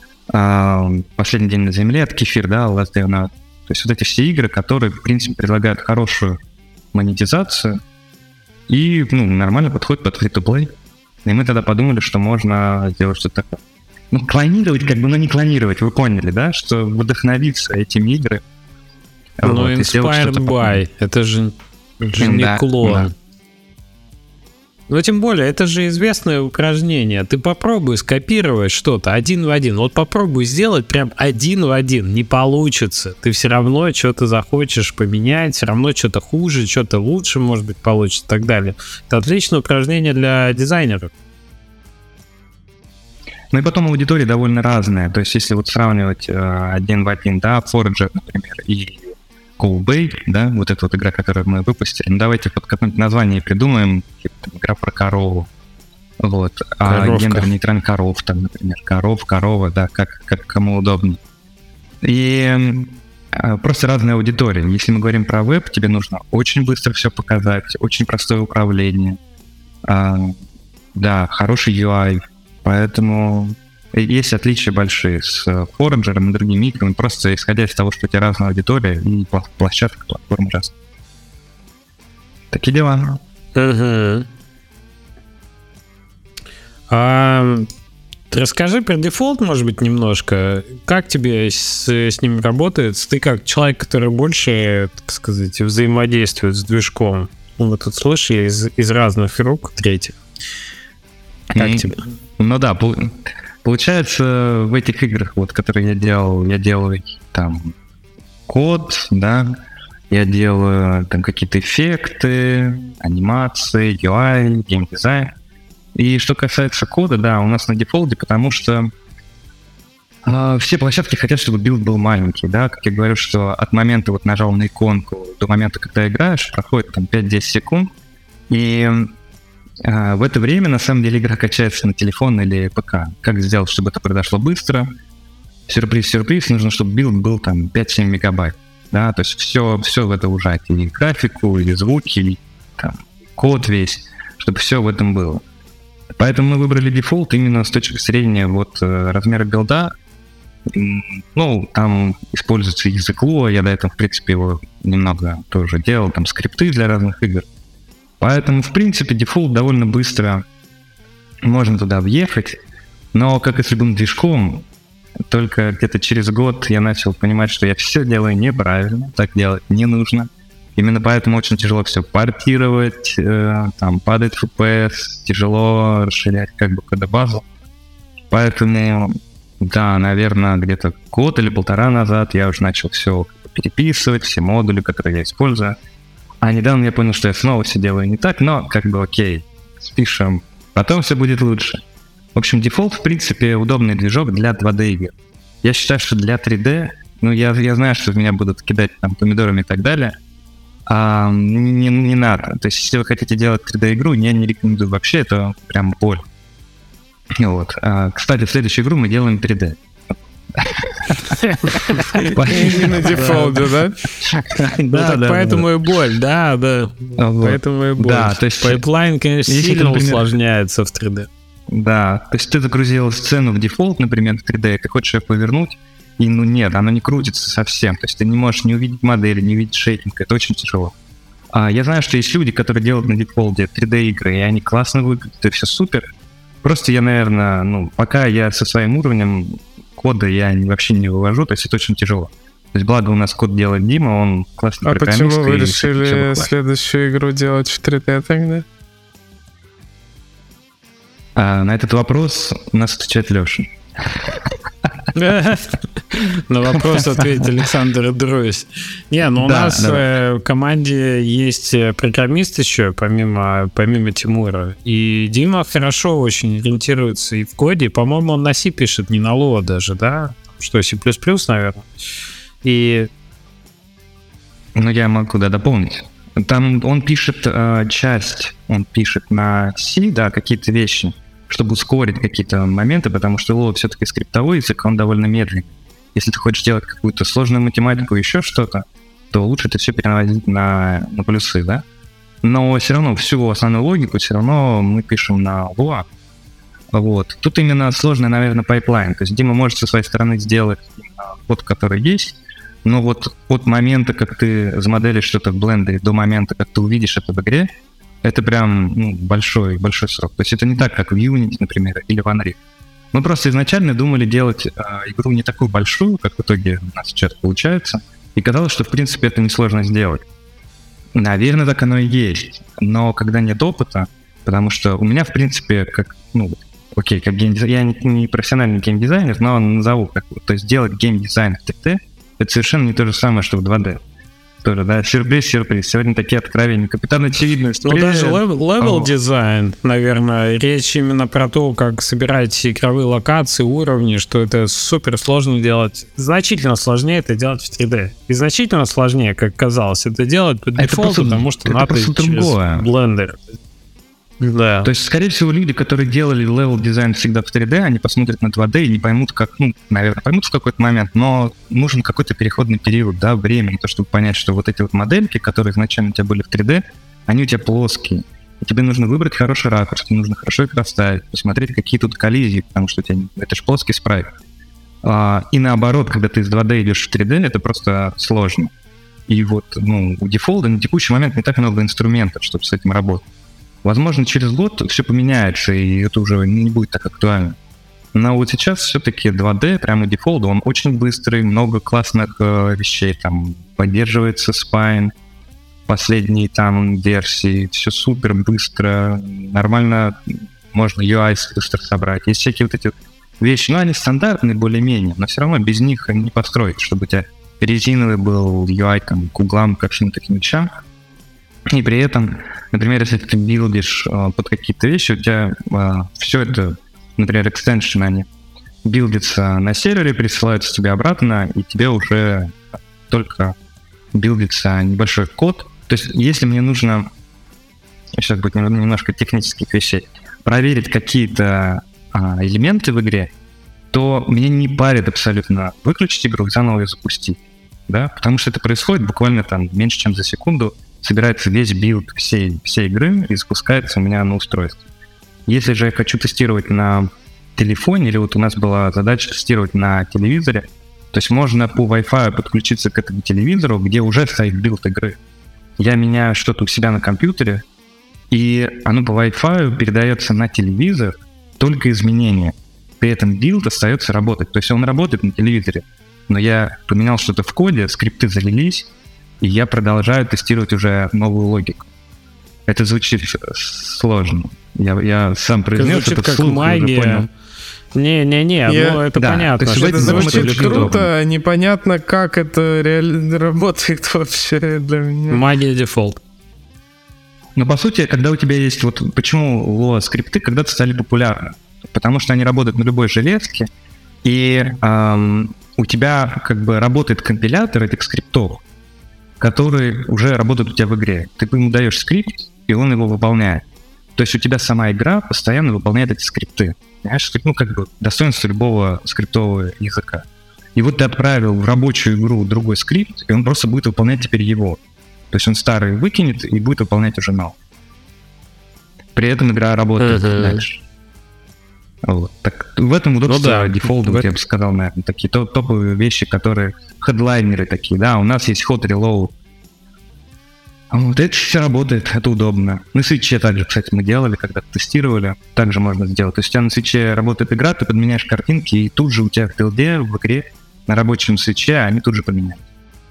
а, Последний день на земле, от Кефир, да, Last Day on Earth. То есть вот эти все игры, которые, в принципе, предлагают хорошую монетизацию и, ну, нормально подходят под free-to-play. И мы тогда подумали, что можно сделать что-то такое. Ну, клонировать, как бы, но не клонировать, вы поняли, да? Что вдохновиться этими играми. Ну, вот, inspired by, это же, же не да, клон. Да. Но тем более, это же известное упражнение. Ты попробуй скопировать что-то один в один. Вот попробуй сделать прям один в один. Не получится. Ты все равно что-то захочешь поменять, все равно что-то хуже, что-то лучше, может быть, получится и так далее. Это отличное упражнение для дизайнеров. Ну и потом аудитория довольно разная. То есть если вот сравнивать э, один в один, да, Forager, например, и Cowbay, да, вот эта вот игра, которую мы выпустили, ну давайте под какое-нибудь название придумаем, типа, игра про корову, вот, а гендер-нейтральный коров, там, например, коров, корова, да, как, как кому удобно. И э, просто разная аудитория. Если мы говорим про веб, тебе нужно очень быстро все показать, очень простое управление, э, да, хороший ю ай, поэтому есть отличия большие с Forager и другими играми, просто исходя из того, что у тебя разная аудитория и площадка, платформа разная. Такие дела. Uh-huh. А Расскажи про дефолт, может быть, немножко. Как тебе с, с ним работает? Ты как человек, который больше, так сказать, взаимодействует с движком. Мы тут слышали из, из разных рук третьих. Как mm, тебе? Ну да, получается, в этих играх, вот, которые я делал, я делаю там код, да, я делаю там какие-то эффекты, анимации, ю ай, геймдизайн. И что касается кода, да, у нас на дефолте, потому что э, все площадки хотят, чтобы билд был маленький, да, как я говорю, что от момента вот нажал на иконку до момента, когда играешь, проходит там пять-десять секунд, и э, в это время, на самом деле, игра качается на телефон или ПК. Как сделать, чтобы это произошло быстро? Сюрприз-сюрприз, нужно, чтобы билд был там пять-семь мегабайт, да, то есть все, все в это ужать, и графику, и звуки, и там, код весь, чтобы все в этом было. Поэтому мы выбрали дефолт именно с точки зрения вот размера билда. Ну, там используется язык Lua, я до этого, в принципе, его немного тоже делал, там скрипты для разных игр. Поэтому, в принципе, дефолт довольно быстро можно туда въехать. Но, как и с любым движком, только где-то через год я начал понимать, что я все делаю неправильно, так делать не нужно. Именно поэтому очень тяжело все портировать, э, там падает эф пи эс, тяжело расширять как бы кодобазу. Поэтому, да, наверное, где-то год или полтора назад я уже начал все переписывать, все модули, которые я использую. А недавно я понял, что я снова все делаю не так, но как бы окей, спишем, потом все будет лучше. В общем, дефолт, в принципе, удобный движок для два дэ игр. Я считаю, что для три дэ, ну, я, я знаю, что в меня будут кидать там помидорами и так далее, а, не, не надо. То есть, если вы хотите делать три дэ-игру, я не рекомендую вообще, это прям боль. Вот. А, кстати, в следующую игру мы делаем три дэ. Не на дефолте, да? Да, поэтому и боль, да, да. Поэтому и боль. Да, то есть пайплайн, конечно, сильно усложняется в три дэ. Да, то есть ты загрузил сцену в дефолт, например, в три дэ, и ты хочешь ее повернуть, и ну нет, оно не крутится совсем. То есть ты не можешь не увидеть модели, не увидеть шейкинг, это очень тяжело. А я знаю, что есть люди, которые делают на дефолте три дэ-игры, и они классно выглядят, это все супер. Просто я, наверное, ну, пока я со своим уровнем кода я вообще не вывожу, то есть это очень тяжело. То есть благо у нас код делает Дима, он классный а программист. А почему вы решили следующую игру делать в три дэ тогда? А на этот вопрос нас отвечает Леша. На вопрос ответит Александр Друзь. Не, ну у да, нас да. в команде есть программист еще, помимо, помимо Тимура. И Дима хорошо очень ориентируется и в коде. По-моему, он на C пишет, не на Lua даже, да? Что, C++, наверное? И... Ну, я могу, да, дополнить. Там он пишет э, часть, он пишет на C, да, какие-то вещи, чтобы ускорить какие-то моменты, потому что Lua все-таки скриптовой язык, он довольно медленный. Если ты хочешь делать какую-то сложную математику, еще что-то, то лучше это все переносить на, на плюсы, да? Но все равно всю основную логику все равно мы пишем на Lua. Вот. Тут именно сложный, наверное, пайплайн. То есть Дима может со своей стороны сделать код, который есть, но вот от момента, как ты замоделишь что-то в блендере, до момента, как ты увидишь это в игре, это прям ну, большой, большой срок. То есть это не так, как в Unity, например, или в Unreal. Мы просто изначально думали делать э, игру не такую большую, как в итоге у нас сейчас получается, и казалось, что в принципе это несложно сделать. Наверное, так оно и есть. Но когда нет опыта, потому что у меня, в принципе, как, ну, окей, как геймдизайнер, я не, не профессиональный геймдизайнер, но назову как, то есть делать геймдизайн в три дэ, это совершенно не то же самое, что в два дэ. Тоже, да, сюрприз, сюрприз. Сегодня такие откровения. Капитан Очевидность. Ну, даже левел дизайн, наверное, речь именно про то, как собирать игровые локации, уровни, что это супер сложно делать. Значительно сложнее это делать в три дэ. И значительно сложнее, как казалось, это делать по дефолту, потому что надо через блендер. Да. То есть, скорее всего, люди, которые делали level дизайн всегда в три дэ, они посмотрят на два дэ и не поймут, как, ну, наверное, поймут в какой-то момент, но нужен какой-то переходный период, да, время, то, чтобы понять, что вот эти вот модельки, которые изначально у тебя были в три дэ, они у тебя плоские. И тебе нужно выбрать хороший ракурс, тебе нужно хорошо их расставить, посмотреть, какие тут коллизии, потому что у тебя это же плоский спрайт. А, и наоборот, когда ты из два дэ идешь в три дэ, это просто сложно. И вот, ну, у дефолта на текущий момент не так много инструментов, чтобы с этим работать. Возможно, через год все поменяется, и это уже не будет так актуально. Но вот сейчас все-таки два дэ, прямо дефолт, он очень быстрый, много классных э, вещей, там поддерживается Spine, последние там версии, все супер быстро, нормально можно ю ай быстро собрать. Есть всякие вот эти вещи, ну они стандартные более-менее, но все равно без них не построить, чтобы у тебя резиновый был ю ай там, к углам, ко всем таким вещам. И при этом, например, если ты билдишь э, под какие-то вещи, у тебя э, все это, например, экстеншены, они билдятся на сервере, присылаются тебе обратно, и тебе уже только билдится небольшой код. То есть, если мне нужно, сейчас будет немножко технических вещей, проверить какие-то а, элементы в игре, то меня не парит абсолютно выключить игру и заново ее запустить. Да? Потому что это происходит буквально там меньше, чем за секунду, собирается весь билд всей, всей игры и запускается у меня на устройстве. Если же я хочу тестировать на телефоне, или вот у нас была задача тестировать на телевизоре, то есть можно по Wi-Fi подключиться к этому телевизору, где уже стоит билд игры. Я меняю что-то у себя на компьютере, и оно по Wi-Fi передается на телевизор, только изменения. При этом билд остается работать. То есть он работает на телевизоре, но я поменял что-то в коде, скрипты залились, и я продолжаю тестировать уже новую логику. Это звучит сложно. Я, я сам произнес это это вслух, как магия. Не-не-не, Я... ну это да, понятно. Это это звучит круто, удобно. а непонятно, как это реально работает вообще для меня. Магия дефолт. Но по сути, когда у тебя есть... Вот почему Lua скрипты когда-то стали популярны? Потому что они работают на любой железке, и эм, у тебя как бы работает компилятор этих скриптов, которые уже работают у тебя в игре. Ты ему даешь скрипт, и он его выполняет. То есть у тебя сама игра постоянно выполняет эти скрипты. Понимаешь, ну как бы достоинство любого скриптового языка. И вот ты отправил в рабочую игру другой скрипт, и он просто будет выполнять теперь его. То есть он старый выкинет и будет выполнять уже новый. При этом игра работает uh-huh. дальше. Вот. Так, в этом удобство ну, да. дефолта, вот я бы сказал, наверное, такие топовые вещи, которые хедлайнеры такие, да, у нас есть hot reload. Вот это все работает, это удобно. На свитче также, кстати, мы делали, когда тестировали, также можно сделать. То есть у тебя на свитче работает игра, ты подменяешь картинки, и тут же у тебя в билде, в игре, на рабочем свитче они тут же поменяют.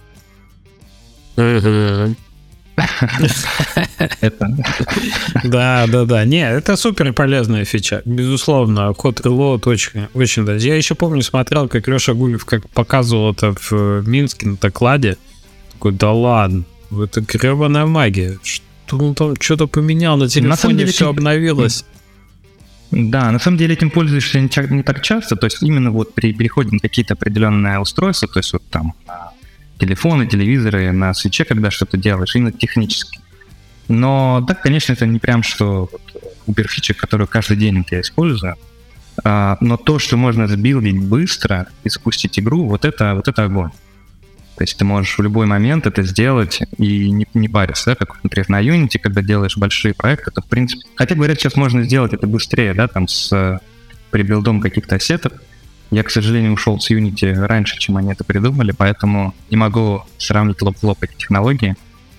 Да, да, да. Не, это супер полезная фича. Безусловно, Hot Reload очень, очень даже. Я еще помню, смотрел, как Леша Гулев как показывал это в Минске на докладе. Такой, да ладно, это гребаная магия. Что он там что-то поменял на телефоне, все этим... обновилось. Да, на самом деле этим пользуешься не, не так часто. То есть именно вот при переходе на какие-то определенные устройства, то есть вот там телефоны, телевизоры, на свитче, когда что-то делаешь, именно технически. Но так, конечно, это не прям что убер-фича, которую каждый день я использую. А, но то, что можно сбилдить быстро и запустить игру, вот это, вот это огонь. То есть ты можешь в любой момент это сделать и не, не париться, да, как, например, на Unity, когда делаешь большие проекты, то, в принципе... Хотя, говорят, сейчас можно сделать это быстрее, да, там, с прибилдом каких-то ассетов. Я, к сожалению, ушел с Unity раньше, чем они это придумали, поэтому не могу сравнить лоб-в-лоб эти технологии.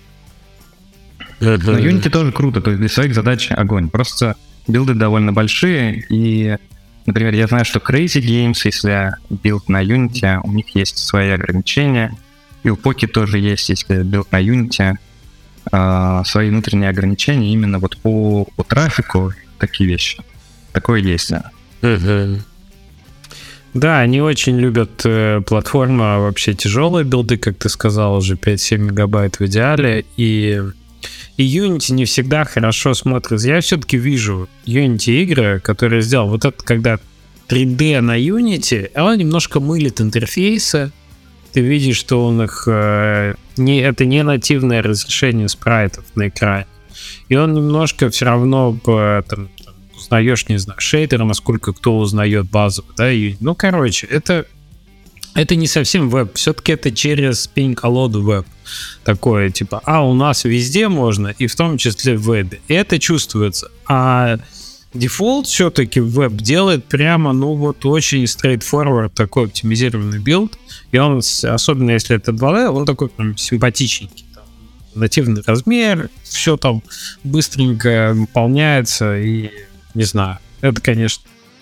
Но Unity тоже круто, то есть для своих задач огонь. Просто билды довольно большие, и, например, я знаю, что Crazy Games, если билд на Unity, у них есть свои ограничения, и у Poki тоже есть, если билд на Unity, э, свои внутренние ограничения именно вот по, по трафику, такие вещи. Такое есть, да. Да, они очень любят э, платформа вообще тяжелые билды, как ты сказал, уже пять-семь мегабайт в идеале, и, и Unity не всегда хорошо смотрится. Я все-таки вижу Unity игры, которые сделал вот это, когда три дэ на Unity, он немножко мылит интерфейсы, ты видишь, что у них э, не, это не нативное разрешение спрайтов на экране, и он немножко все равно по, там, узнаешь, не знаю, шейдеры, насколько кто узнает базово, да, и, ну, короче, это, это не совсем веб, все-таки это через пень-колоду веб, такое, типа, а, у нас везде можно, и в том числе в вебе, и это чувствуется, а дефолт все-таки веб делает прямо, ну, вот, очень straightforward, такой оптимизированный билд, и он, особенно если это два дэ, он такой прям симпатичненький, нативный размер, все там быстренько выполняется, и не знаю, это, конечно,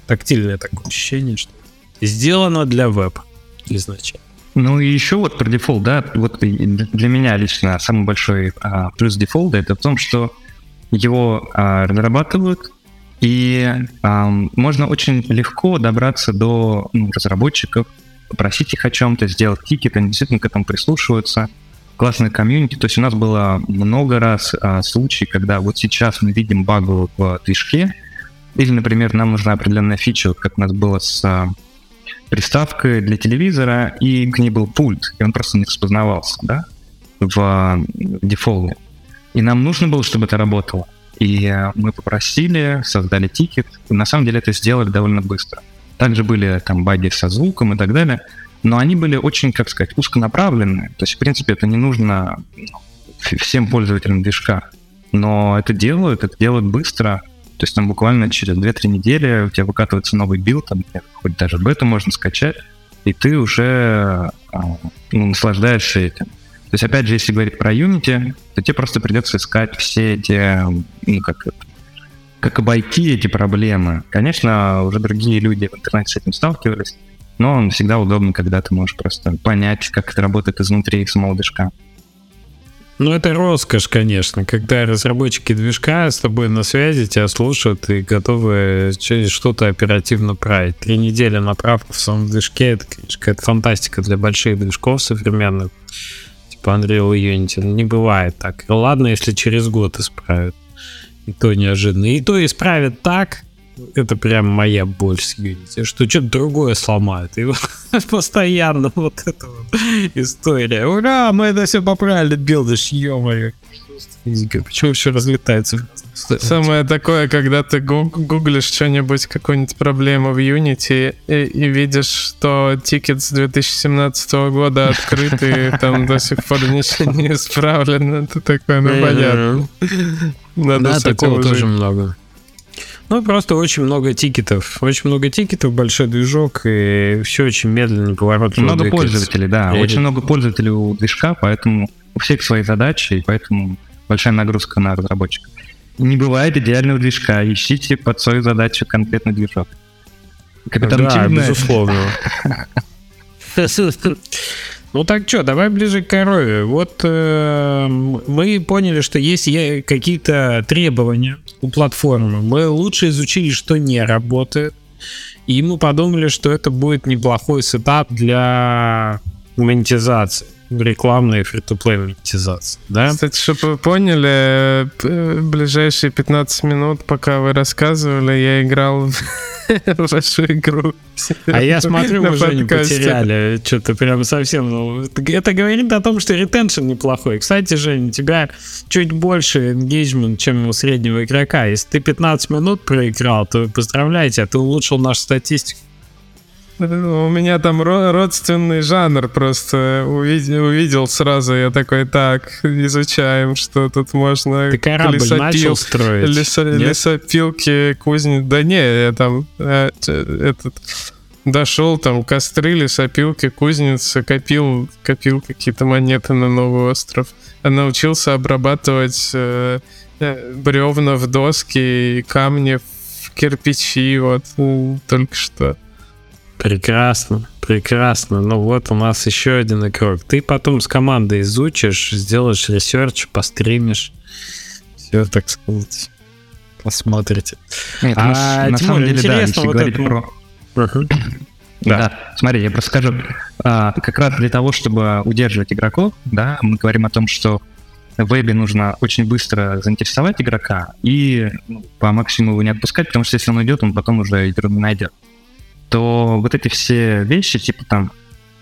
Тактильное такое ощущение, что сделано для веб изначально. Ну и еще вот про дефолт, да, вот для меня лично самый большой а, плюс дефолта это в том, что его а, разрабатывают, и а, можно очень легко добраться до ну, разработчиков, попросить их о чем-то, сделать тикет, они действительно к этому прислушиваются. Классная комьюнити, то есть у нас было много раз а, случаев, когда вот сейчас мы видим баг в движке, или, например, нам нужна определенная фича, как у нас было с а, приставкой для телевизора, и к ней был пульт, и он просто не распознавался, да, в, в дефолте. И нам нужно было, чтобы это работало. И а, мы попросили, создали тикет, и на самом деле это сделали довольно быстро. Также были там баги со звуком и так далее, но они были очень, как сказать, узконаправленные. То есть, в принципе, это не нужно всем пользователям движка. Но это делают, это делают быстро. То есть там буквально через две-три недели у тебя выкатывается новый билд, там, хоть даже бету можно скачать, и ты уже ну, наслаждаешься этим. То есть, опять же, если говорить про Unity, то тебе просто придется искать все эти, ну, как это, как обойти эти проблемы. Конечно, уже другие люди в интернете с этим сталкивались, но всегда удобно, когда ты можешь просто понять, как это работает изнутри самого движка. Ну, это роскошь, конечно, когда разработчики движка с тобой на связи, тебя слушают и готовы что-то оперативно править. Три недели направки в самом движке — это, конечно, какая-то фантастика для больших движков современных, типа Unreal и Unity. Не бывает так. Ладно, если через год исправят. И то неожиданно. И то исправят так, это прям моя боль с Unity, что что-то другое сломают. И постоянно вот эта вот история. Ура, мы это все поправили, билдишь, ё-моё. Физика, почему все разлетается? Самое такое, когда ты гуглишь что-нибудь, какую-нибудь проблему в Unity и, и видишь, что тикет с две тысячи семнадцатого года открыт, и там до сих пор ничего не исправлено. Это такое, ну понятно. Да, такого тоже много. Ну, просто очень много тикетов. Очень много тикетов, большой движок, и все очень медленно, поворотливо. Много пользователей, да. И очень много пользователей у движка, поэтому у всех свои задачи, и поэтому большая нагрузка на разработчиков. Не бывает идеального движка. Ищите под свою задачу конкретный движок. Капитан да, безусловно. Ну так что, давай ближе к корове. Вот э, мы поняли, что есть какие-то требования у платформы. Мы лучше изучили, что не работает. И мы подумали, что это будет неплохой сетап для монетизации. Рекламной фри-то-плей монетизации, да? Кстати, чтобы вы поняли, ближайшие пятнадцать минут, пока вы рассказывали, я играл в вашу игру. А я смотрю, мы уже не потеряли. Что-то прям совсем... Ну, это говорит о том, что ретеншн неплохой. Кстати, Жень, у тебя чуть больше engagement, чем у среднего игрока. Если ты пятнадцать минут проиграл, то поздравляю тебя, ты улучшил нашу статистику. У меня там родственный жанр просто увидел, увидел сразу. Я такой, так, изучаем, что тут можно. Ты корабль лесопил, начал строить? Лесо, лесопилки, кузницы. Да не, я там э, этот, дошел, там костры, лесопилки, кузницы, копил, копил какие-то монеты на новый остров. А научился обрабатывать э, бревна в доски и камни в кирпичи. Вот, только что. Прекрасно, прекрасно. Ну вот у нас еще один игрок. Ты потом с командой изучишь, сделаешь ресерч, постримишь. Все, так сказать, посмотрите. Нет, а, на Тимур, самом деле, да, если вот говорить это... про... Uh-huh. Да. да, смотри, я просто скажу. А, как раз для того, чтобы удерживать игроков, да, мы говорим о том, что в вебе нужно очень быстро заинтересовать игрока и ну, по максимуму его не отпускать, потому что если он уйдет, он потом уже игру не найдет. То вот эти все вещи, типа там...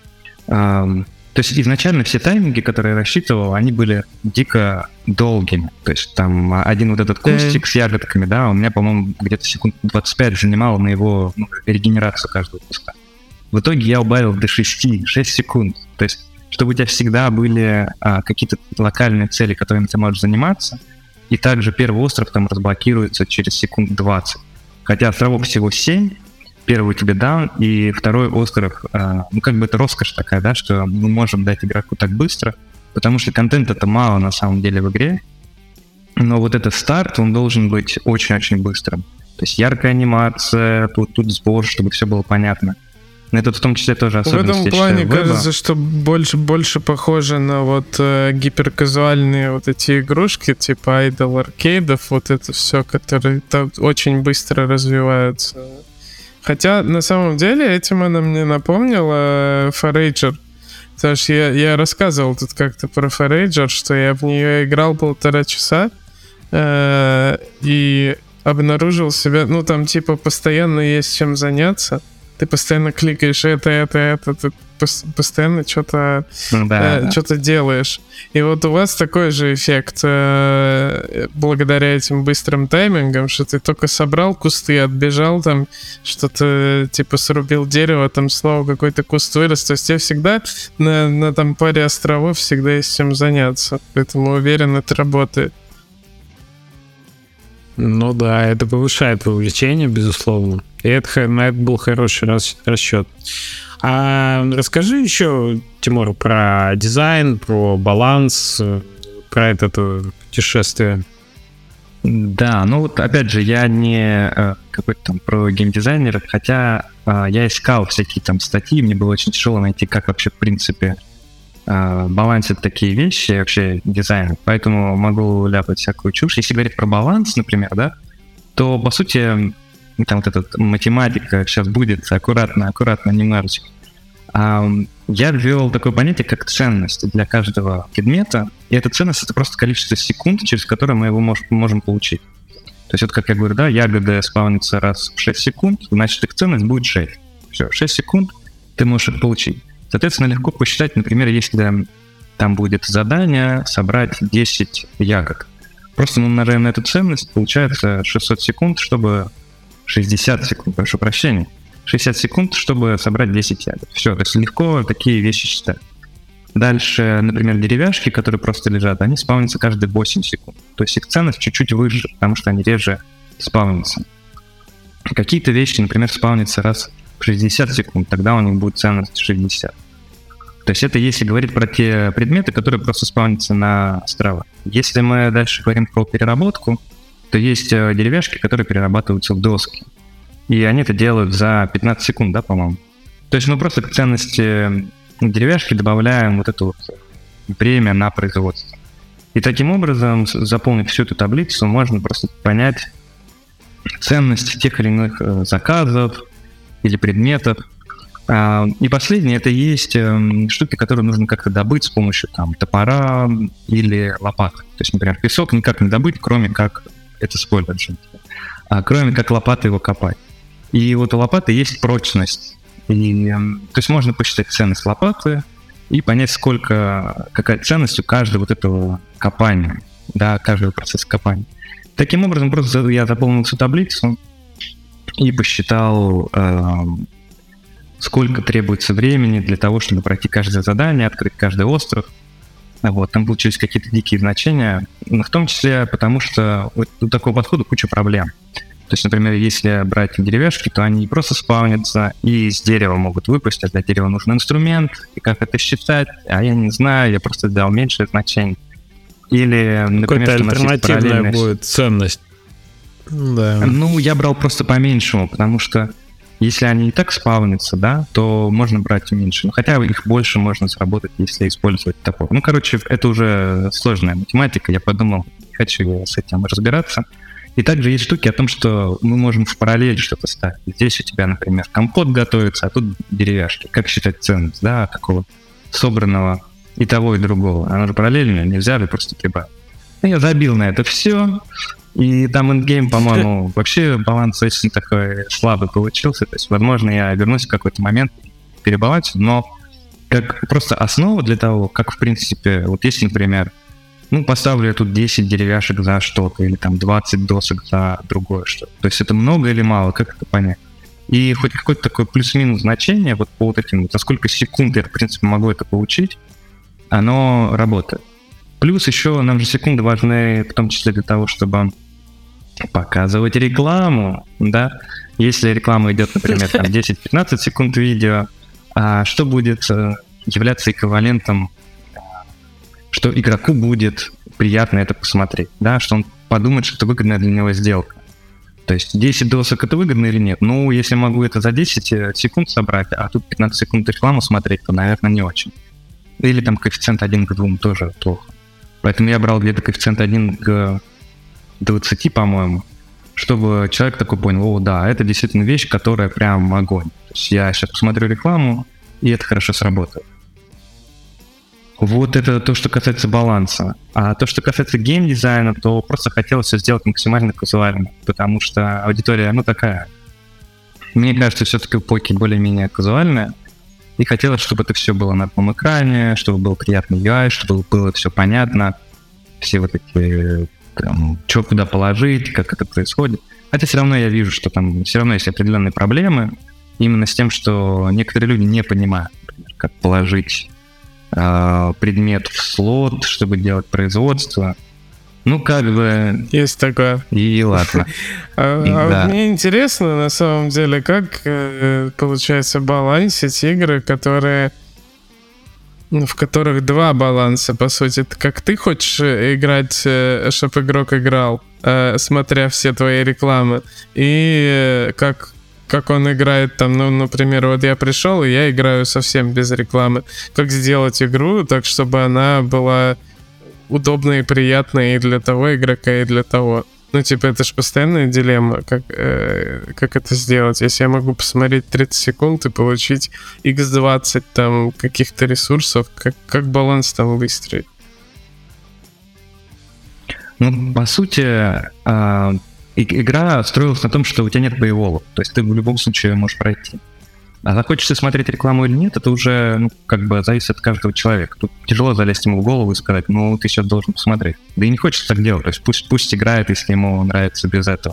Эм, то есть изначально все тайминги, которые я рассчитывал, они были дико долгими. То есть там один вот этот кустик с ягодками, да, у меня, по-моему, где-то секунд двадцать пять занимал на его ну, регенерацию каждого куска. В итоге я убавил до шести, шесть секунд. То есть чтобы у тебя всегда были а, какие-то локальные цели, которыми ты можешь заниматься, и также первый остров там разблокируется через секунд двадцать. Хотя островов всего семь, первый тебе дан, и второй остров, э, ну как бы это роскошь такая, да, что мы можем дать игроку так быстро, потому что контента-то мало на самом деле в игре, но вот этот старт, он должен быть очень-очень быстрым. То есть яркая анимация, тут, тут сбор, чтобы все было понятно. Но это в том числе тоже особенность, в этом плане кажется, что больше, больше похоже на вот э, гиперказуальные вот эти игрушки, типа Idle аркейдов, вот это все, которые там очень быстро развиваются. Хотя, на самом деле, этим она мне напомнила Forager. Потому что я, я рассказывал тут как-то про Forager, что я в нее играл полтора часа э, и обнаружил себя, ну, там, типа, постоянно есть чем заняться. Ты постоянно кликаешь это, это, это, ты постоянно что-то да, э, да. что-то делаешь. И вот у вас такой же эффект э, благодаря этим быстрым таймингам, что ты только собрал кусты, отбежал там, что-то типа срубил дерево, там снова какой-то куст вырос. То есть тебе всегда на, на там паре островов всегда есть чем заняться. Поэтому уверен, это работает. Ну да, это повышает вовлечение, безусловно. И это, это был хороший расчет. А расскажи еще, Тимур, про дизайн, про баланс, про это путешествие. Да, ну вот опять же, я не какой-то там про геймдизайнера, хотя я искал всякие там статьи, мне было очень тяжело найти, как вообще в принципе балансят такие вещи, вообще дизайн, поэтому могу ляпать всякую чушь. Если говорить про баланс, например, да, то по сути там вот эта математика сейчас будет аккуратно, аккуратно немножечко. Я ввел такое понятие, как ценность для каждого предмета, и эта ценность — это просто количество секунд, через которые мы его мож- можем получить. То есть вот как я говорю, да, ягоды спавнятся раз в шесть секунд, значит их ценность будет шесть. Все, шесть секунд ты можешь их получить. Соответственно, легко посчитать, например, если там будет задание собрать десять ягод. Просто мы умножаем на эту ценность, получается шестьсот секунд, чтобы... шестьдесят секунд, прошу прощения. шестьдесят секунд, чтобы собрать десять ягод. Все, то есть легко такие вещи считать. Дальше, например, деревяшки, которые просто лежат, они спавнятся каждые восемь секунд. То есть их ценность чуть-чуть выше, потому что они реже спавнятся. Какие-то вещи, например, спавнятся раз в шестьдесят секунд, тогда у них будет ценность шестьдесят. То есть это если говорить про те предметы, которые просто спавнятся на островах. Если мы дальше говорим про переработку, то есть деревяшки, которые перерабатываются в доски. И они это делают за пятнадцать секунд, да, по-моему. То есть мы просто к ценности деревяшки добавляем вот это вот время на производство. И таким образом, заполнив всю эту таблицу, можно просто понять ценность тех или иных заказов или предметов. И последнее, это есть штуки, которые нужно как-то добыть с помощью там топора или лопаты. То есть, например, песок никак не добыть, кроме как это спойлер, а кроме как лопаты его копать. И вот у лопаты есть прочность. И, то есть можно посчитать ценность лопаты и понять, сколько, какая ценность у каждого вот этого копания, да, каждого процесса копания. Таким образом, просто я заполнил всю таблицу и посчитал, э, сколько требуется времени для того, чтобы пройти каждое задание, открыть каждый остров. Вот, там получились какие-то дикие значения, но в том числе потому, что вот у такого подхода куча проблем. То есть, например, если брать деревяшки, то они просто спавнятся и из дерева могут выпасть, а для дерева нужен инструмент, и как это считать, а я не знаю, я просто дал меньшее значение. Или, например, какая-то что у нас есть альтернативная параллельность. будет ценность. Да. Ну, я брал просто по-меньшему, потому что если они и так спавнятся, да, то можно брать меньше. Но хотя их больше можно заработать, если использовать топор. Ну, короче, это уже сложная математика. Я подумал, не хочу с этим разбираться. И также есть штуки о том, что мы можем в параллель что-то ставить. Здесь у тебя, например, компот готовится, а тут деревяшки. Как считать ценность, да, такого собранного и того, и другого? Оно же параллельно, нельзя же просто прибавить. Я забил на это все. И там эндгейм, по-моему, вообще баланс очень такой слабый получился. То есть, возможно, я вернусь в какой-то момент, перебалансирую, но как просто основа для того, как, в принципе, вот если, например, ну, поставлю я тут десять деревяшек за что-то, или там двадцать досок за другое что-то. То есть это много или мало, как это понять? И хоть какое-то такое плюс-минус значение вот по вот этим, за сколько секунд я, в принципе, могу это получить, оно работает. Плюс еще нам же секунды важны в том числе для того, чтобы показывать рекламу, да. Если реклама идет, например, там десять-пятнадцать секунд видео, а что будет являться эквивалентом, что игроку будет приятно это посмотреть, да, что он подумает, что это выгодная для него сделка. То есть десять досок это выгодно или нет? Ну, если могу это за десять секунд собрать, а тут пятнадцать секунд рекламу смотреть, то, наверное, не очень. Или там коэффициент один к двум тоже плохо. Поэтому я брал где-то коэффициент один к двадцати, по-моему, чтобы человек такой понял, о, да, это действительно вещь, которая прям огонь. То есть я сейчас посмотрю рекламу, и это хорошо сработает. Вот это то, что касается баланса. А то, что касается геймдизайна, то просто хотелось все сделать максимально казуально, потому что аудитория, ну, такая. Мне кажется, все-таки поки более-менее казуальная, и хотелось, чтобы это все было на одном экране, чтобы был приятный ю ай, чтобы было все понятно, все вот эти, там, что куда положить, как это происходит. Хотя все равно я вижу, что там все равно есть определенные проблемы, именно с тем, что некоторые люди не понимают, например, как положить предмет в слот, чтобы делать производство. Ну, как бы... Есть такое. И ладно. А, да. А мне интересно, на самом деле, как получается балансить игры, которые... в которых два баланса, по сути. Как ты хочешь играть, чтобы игрок играл, смотря все твои рекламы, и как... как он играет там, ну, например, вот я пришел, и я играю совсем без рекламы. Как сделать игру так, чтобы она была удобной и приятной и для того игрока, и для того. Ну, типа, это же постоянная дилемма, как, э, как это сделать. Если я могу посмотреть тридцать секунд и получить икс двадцать там каких-то ресурсов, как, как баланс там выстроить? Ну, по сути, а... игра строилась на том, что у тебя нет paywall, то есть ты в любом случае можешь пройти. А захочешь ты смотреть рекламу или нет, это уже, ну, как бы зависит от каждого человека. Тут тяжело залезть ему в голову и сказать, ну, ты сейчас должен посмотреть. Да и не хочется так делать, то есть пусть, пусть играет, если ему нравится без этого.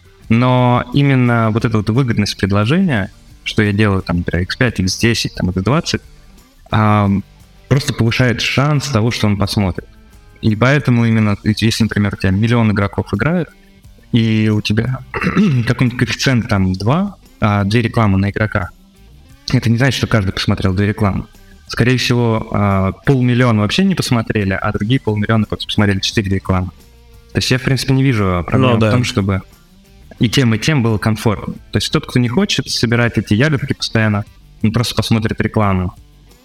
Но именно вот эта вот выгодность предложения, что я делаю, там, например, икс пять, икс десять, там, икс двадцать, а, просто повышает шанс того, что он посмотрит. И поэтому именно, если, например, у тебя миллион игроков играет, и у тебя какой-нибудь коэффициент там два, а две рекламы на игрока, это не значит, что каждый посмотрел две рекламы. Скорее всего, полмиллиона вообще не посмотрели, а другие полмиллиона посмотрели четыре рекламы. То есть я, в принципе, не вижу проблем ну, да. в том, чтобы и тем, и тем было комфортно. То есть тот, кто не хочет собирать эти ягодки постоянно, он просто посмотрит рекламу.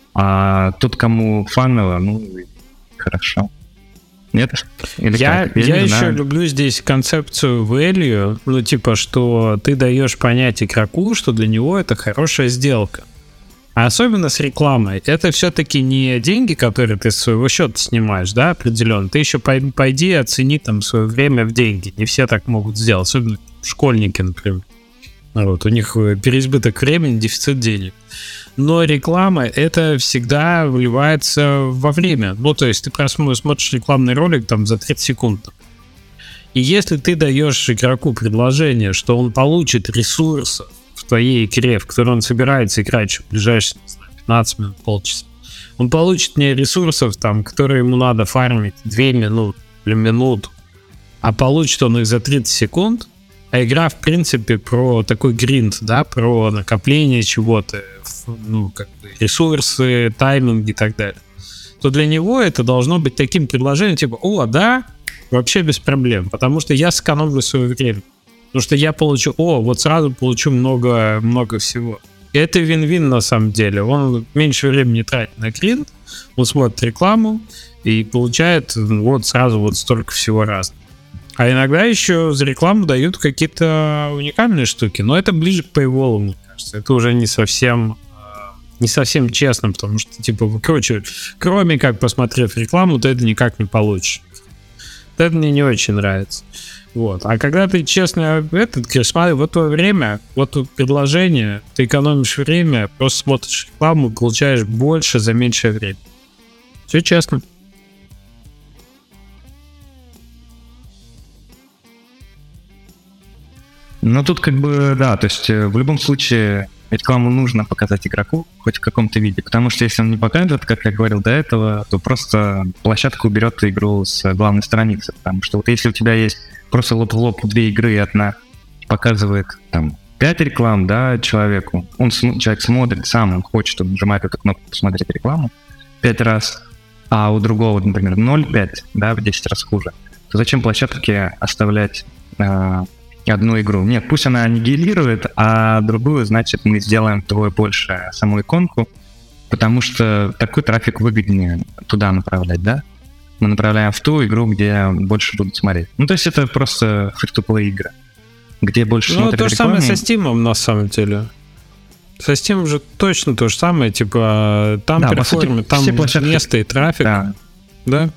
А тот, кому фаново, ну, хорошо. Нет? Или я я, я еще знаю. люблю здесь концепцию value, ну типа, что ты даешь понять игроку, что для него это хорошая сделка. А особенно с рекламой. Это все-таки не деньги, которые ты с своего счета снимаешь, да, определенно. Ты еще пойди оцени там свое время в деньги. Не все так могут сделать, особенно школьники, например. Вот, у них переизбыток времени, дефицит денег. Но реклама, это всегда вливается во время. Ну, то есть ты просмотришь, смотришь рекламный ролик там за тридцать секунд. И если ты даешь игроку предложение, что он получит ресурсы в твоей игре, в которой он собирается играть в ближайшие, не знаю, пятнадцать минут, полчаса, он получит не ресурсов, там, которые ему надо фармить две минуты или минуту, а получит он их за тридцать секунд. А игра, в принципе, про такой гринд, да, про накопление чего-то, ну, как бы ресурсы, тайминг и так далее. То для него это должно быть таким предложением, типа, о, да, вообще без проблем, потому что я сэкономлю свое время. Потому что я получу, о, вот сразу получу много, много всего. И это вин-вин на самом деле. Он меньше времени тратит на гринд, он смотрит рекламу и получает вот сразу вот столько всего разного. А иногда еще за рекламу дают какие-то уникальные штуки, но это ближе к paywall, мне кажется. Это уже не совсем, не совсем честно, потому что, типа, короче, кроме как посмотрев рекламу, ты это никак не получишь. Это мне не очень нравится. Вот. А когда ты честно этот, смотри, вот то время, вот то предложение, ты экономишь время, просто смотришь рекламу, получаешь больше за меньшее время. Все честно. Ну, тут как бы, да, то есть в любом случае рекламу нужно показать игроку хоть в каком-то виде, потому что если он не покажет, как я говорил до этого, то просто площадка уберет игру с главной страницы, потому что вот если у тебя есть просто лоб в лоб две игры, и одна показывает там пять реклам, да, человеку, он, человек смотрит сам, он хочет, он нажимает эту кнопку «Посмотреть рекламу» пять раз, а у другого, например, ноль целых пять, да, в десять раз хуже, то зачем площадке оставлять... одну игру. Нет, пусть она аннигилирует, а другую, значит, мы сделаем вдвое больше саму иконку, потому что такой трафик выгоднее туда направлять, да? Мы направляем в ту игру, где больше будут смотреть. Ну, то есть это просто free-to-play игры, где больше ну, смотрят то же рекламу. самое со Steam, на самом деле. Со Steam же точно то же самое, типа, там да, перформы, там площадки... место и трафик. Да. да?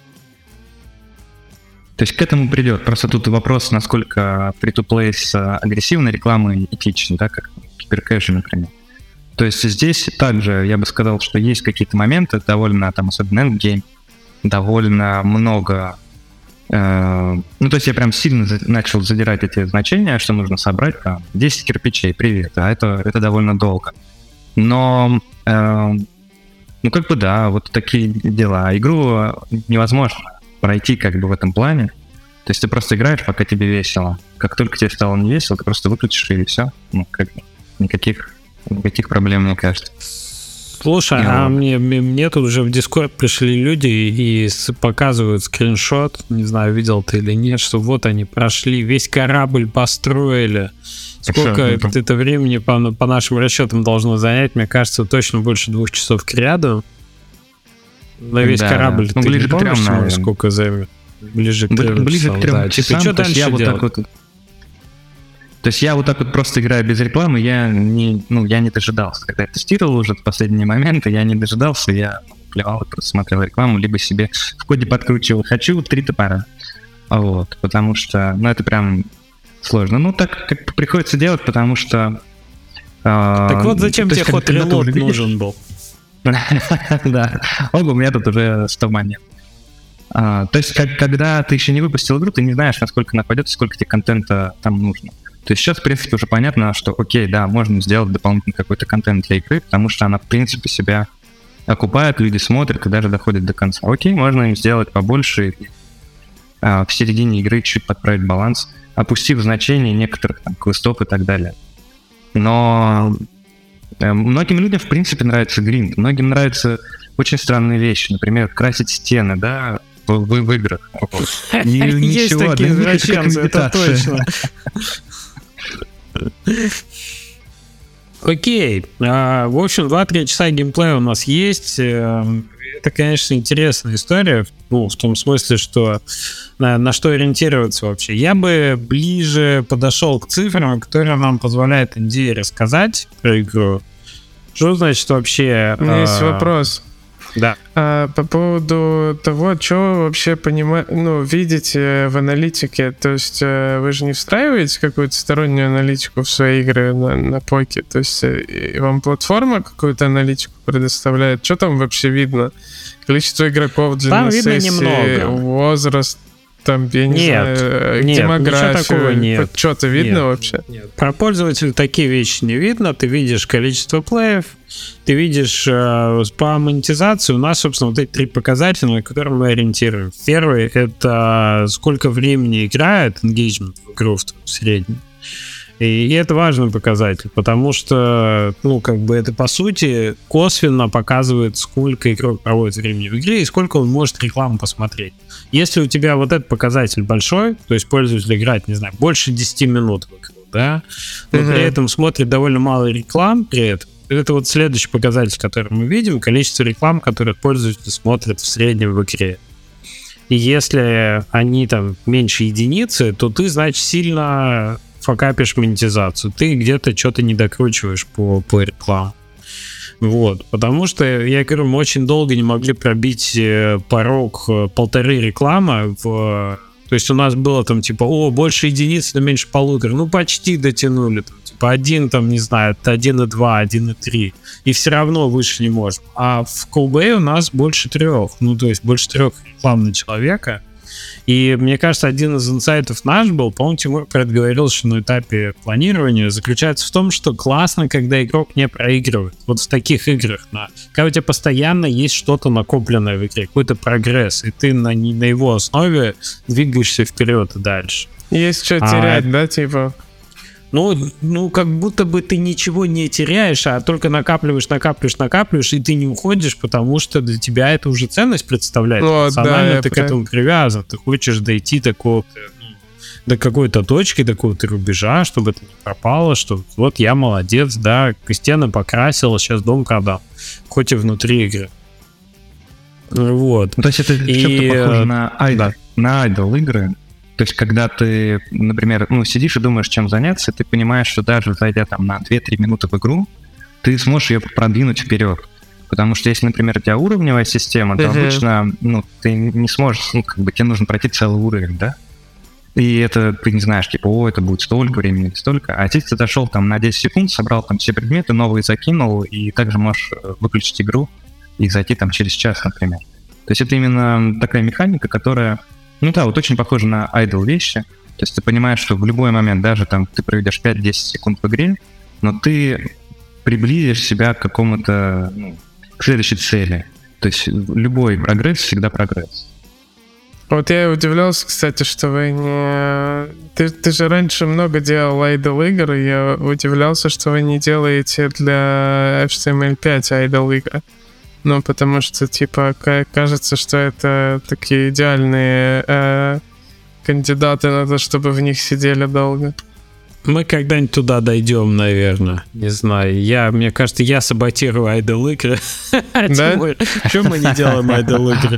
То есть к этому придет. Просто тут вопрос, насколько free-to-play с агрессивной рекламой этичен, да, как киберкэши, например. То есть здесь также я бы сказал, что есть какие-то моменты, довольно, там, особенно endgame, довольно много... Э, ну, то есть я прям сильно за, начал задирать эти значения, что нужно собрать там десять кирпичей, привет, а это, это довольно долго. Но, э, ну, как бы да, вот такие дела. Игру невозможно пройти как бы в этом плане. То есть ты просто играешь, пока тебе весело. Как только тебе стало не весело, ты просто выключишь и все. Ну, как бы никаких, никаких проблем, мне кажется. Слушай, и а вот. мне, мне тут уже в Discord пришли люди и показывают скриншот, не знаю, видел ты или нет, что вот они прошли, весь корабль построили. Сколько это, это времени по, по нашим расчетам должно занять? Мне кажется, точно больше двух часов к ряду. На весь да, корабль ну, ты ближе не помнишь, к трем, сколько займет? Ближе к трем ближе часам, к трем да. часам. Что То есть я вот так вот, то есть я вот так вот просто играю без рекламы, я не, ну, я не дожидался. Когда я тестировал уже в последние моменты, я не дожидался, я плевал и просто смотрел рекламу, либо себе в коде подкручивал «хочу три топора». Вот, потому что, ну, это прям сложно. Ну, так как приходится делать, потому что... Так вот зачем тебе ход релот нужен был? Да, ого, у меня тут уже сто монет. А, то есть, как, когда ты еще не выпустил игру, ты не знаешь, насколько она пойдет, сколько тебе контента там нужно. То есть сейчас, в принципе, уже понятно, что окей, да, можно сделать дополнительный какой-то контент для игры, потому что она, в принципе, себя окупает, люди смотрят и даже доходят до конца. Окей, можно им сделать побольше, а, в середине игры чуть подправить баланс, опустив значение некоторых там квестов и так далее. Но... Многим людям, в принципе, нравится гринд. Многим нравятся очень странные вещи. Например, красить стены, да, в, в, в играх. Есть такие извращенцы, это точно. Окей. В общем, два-три часа геймплея у нас есть. Это, конечно, интересная история. Ну, в том смысле, что на, на что ориентироваться вообще. Я бы ближе подошел к цифрам, которые нам позволяют эн ди эй рассказать про игру. Что значит вообще... У меня а... есть вопрос. Да. А, по поводу того, что вообще понимаете, ну, видите в аналитике. То есть вы же не встраиваете какую-то стороннюю аналитику в свои игры на, на поке? То есть и вам платформа какую-то аналитику предоставляет? Что там вообще видно? Количество игроков, длина сессии, возраст, там, я не нет, знаю, нет, демографию. Такого нет. Что-то видно нет, вообще? Нет. Про пользователя такие вещи не видно. Ты видишь количество плеев, ты видишь э, по монетизации. У нас, собственно, вот эти три показателя, на которые мы ориентируем. Первый — это сколько времени играет engagement в игру в среднем. И это важный показатель, потому что, ну, как бы это, по сути, косвенно показывает, сколько игрок проводит времени в игре и сколько он может рекламу посмотреть. Если у тебя вот этот показатель большой, то есть пользователь играет, не знаю, больше десять минут в игру, да, но uh-huh. при этом смотрит довольно мало реклам при этом, это вот следующий показатель, который мы видим, количество реклам, которые пользователь смотрит в среднем в игре. И если они там меньше единицы, то ты, значит, сильно... факапишь монетизацию, ты где-то что-то не докручиваешь по, по рекламам. Вот, потому что, я говорю, мы очень долго не могли пробить порог полторы рекламы в... То есть у нас было там типа, о, больше единиц, но меньше полутора. Ну, почти дотянули. Там, типа один, там, не знаю, один и два, один и три. И все равно выше не можем. А в Callbay у нас больше трех. Ну, то есть больше трех реклам на человека. И мне кажется, один из инсайтов наш был, по-моему, Тимур предговорил, что на этапе планирования заключается в том, что классно, когда игрок не проигрывает. Вот в таких играх, да. Когда у тебя постоянно есть что-то накопленное в игре, какой-то прогресс, и ты на, на его основе двигаешься вперед и дальше. Есть что терять, а, да, типа? Ну, ну, как будто бы ты ничего не теряешь, а только накапливаешь, накапливаешь, накапливаешь, и ты не уходишь, потому что для тебя это уже ценность представляет. Ну, эмоционально да, ты к этому привязан, ты хочешь дойти такого, ну, до какой-то точки, до какого-то рубежа, чтобы это не пропало, что вот я молодец, да, стены покрасил, сейчас дом продам, хоть и внутри игры. Вот. То есть это и... что-то похоже на idle, да. на idle игры. То есть когда ты, например, ну, сидишь и думаешь, чем заняться, ты понимаешь, что даже зайдя там на две-три минуты в игру, ты сможешь ее продвинуть вперед. Потому что если, например, у тебя уровневая система, то uh-huh. обычно ну, ты не сможешь, ну, как бы тебе нужно пройти целый уровень, да? И это ты не знаешь, типа, о, это будет столько времени или столько. А здесь ты дошел там на десять секунд, собрал там все предметы, новые закинул, и также можешь выключить игру и зайти там через час, например. То есть это именно такая механика, которая, ну да, вот очень похожа на idle вещи. То есть ты понимаешь, что в любой момент, даже там ты проведешь пять-десять секунд в игре, но ты приблизишь себя к какому-то, ну, к следующей цели. То есть любой прогресс всегда прогресс. Вот я удивлялся, кстати, что вы не... Ты, ты же раньше много делал idle игр, и я удивлялся, что вы не делаете для эйч ти эм эль пять idle игры. Ну, потому что, типа, кажется, что это такие идеальные э, кандидаты на то, чтобы в них сидели долго. Мы когда-нибудь туда дойдем, наверное. Не знаю. Я, мне кажется, я саботирую idle игры. Да? Почему мы не делаем idle игры?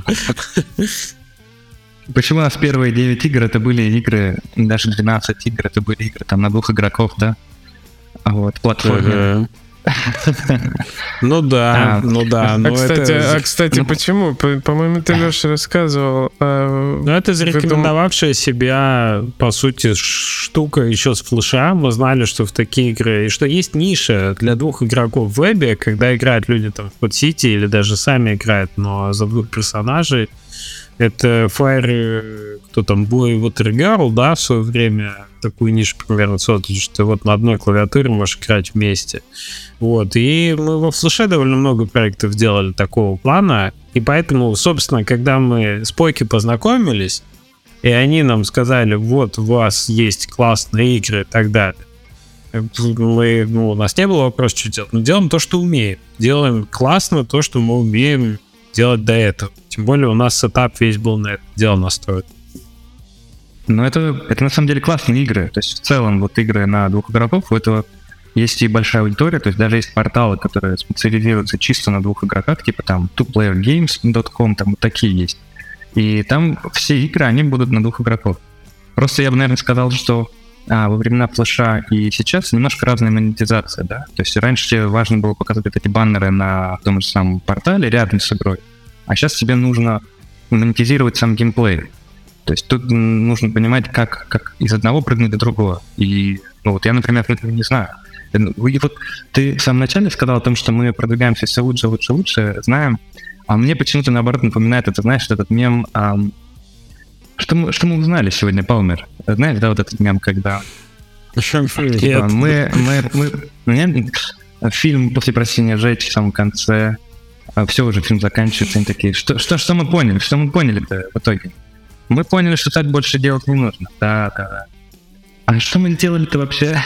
Почему у нас первые девять игр это были игры, даже двенадцать игр, это были игры там на двух игроков, да? А вот, платформе. Ну да, ну да. А, кстати, а, кстати, почему? По-моему, ты, Леша, рассказывал. Ну, это зарекомендовавшая себя, по сути, штука еще с флеша. Мы знали, что в такие игры, и что есть ниша для двух игроков в вебе, когда играют люди там в подсити или даже сами играют, но за двух персонажей. Это Fire, кто там, Boy Water Girl, да, в свое время такую нишу примерно создали, что ты вот на одной клавиатуре можешь играть вместе. Вот, и мы во флеше довольно много проектов делали такого плана, и поэтому, собственно, когда мы с Поки познакомились, и они нам сказали, вот, у вас есть классные игры и так далее, мы, ну, у нас не было вопроса, что делать, но делаем то, что умеем. Делаем классно то, что мы умеем делать до этого. Тем более у нас сетап весь был на это дело настроен. Ну, это, это на самом деле классные игры. То есть в целом вот игры на двух игроков, у этого есть и большая аудитория, то есть даже есть порталы, которые специализируются чисто на двух игроках, типа там two player games dot com, там вот такие есть. И там все игры, они будут на двух игроков. Просто я бы, наверное, сказал, что а, во времена флеша и сейчас немножко разная монетизация, да? То есть раньше тебе важно было показывать эти баннеры на том же самом портале рядом с игрой, а сейчас тебе нужно монетизировать сам геймплей. То есть тут нужно понимать, как, как из одного прыгнуть до другого. И, ну вот я, например, этого не знаю. И вот ты в самом начале сказал о том, что мы продвигаемся все лучше, лучше, лучше, знаем, а мне почему-то наоборот напоминает это, знаешь, этот мем, ам, что, мы, что мы узнали сегодня, Палмер? Знаешь, да, вот этот мем, когда... Типа, мы, мы, мы, мы, фильм «После прощения жечь» в самом конце, все уже, фильм заканчивается, они такие, что, что, что мы поняли, что мы поняли-то в итоге? Мы поняли, что так больше делать не нужно. Да, да, да. А что мы делали-то вообще?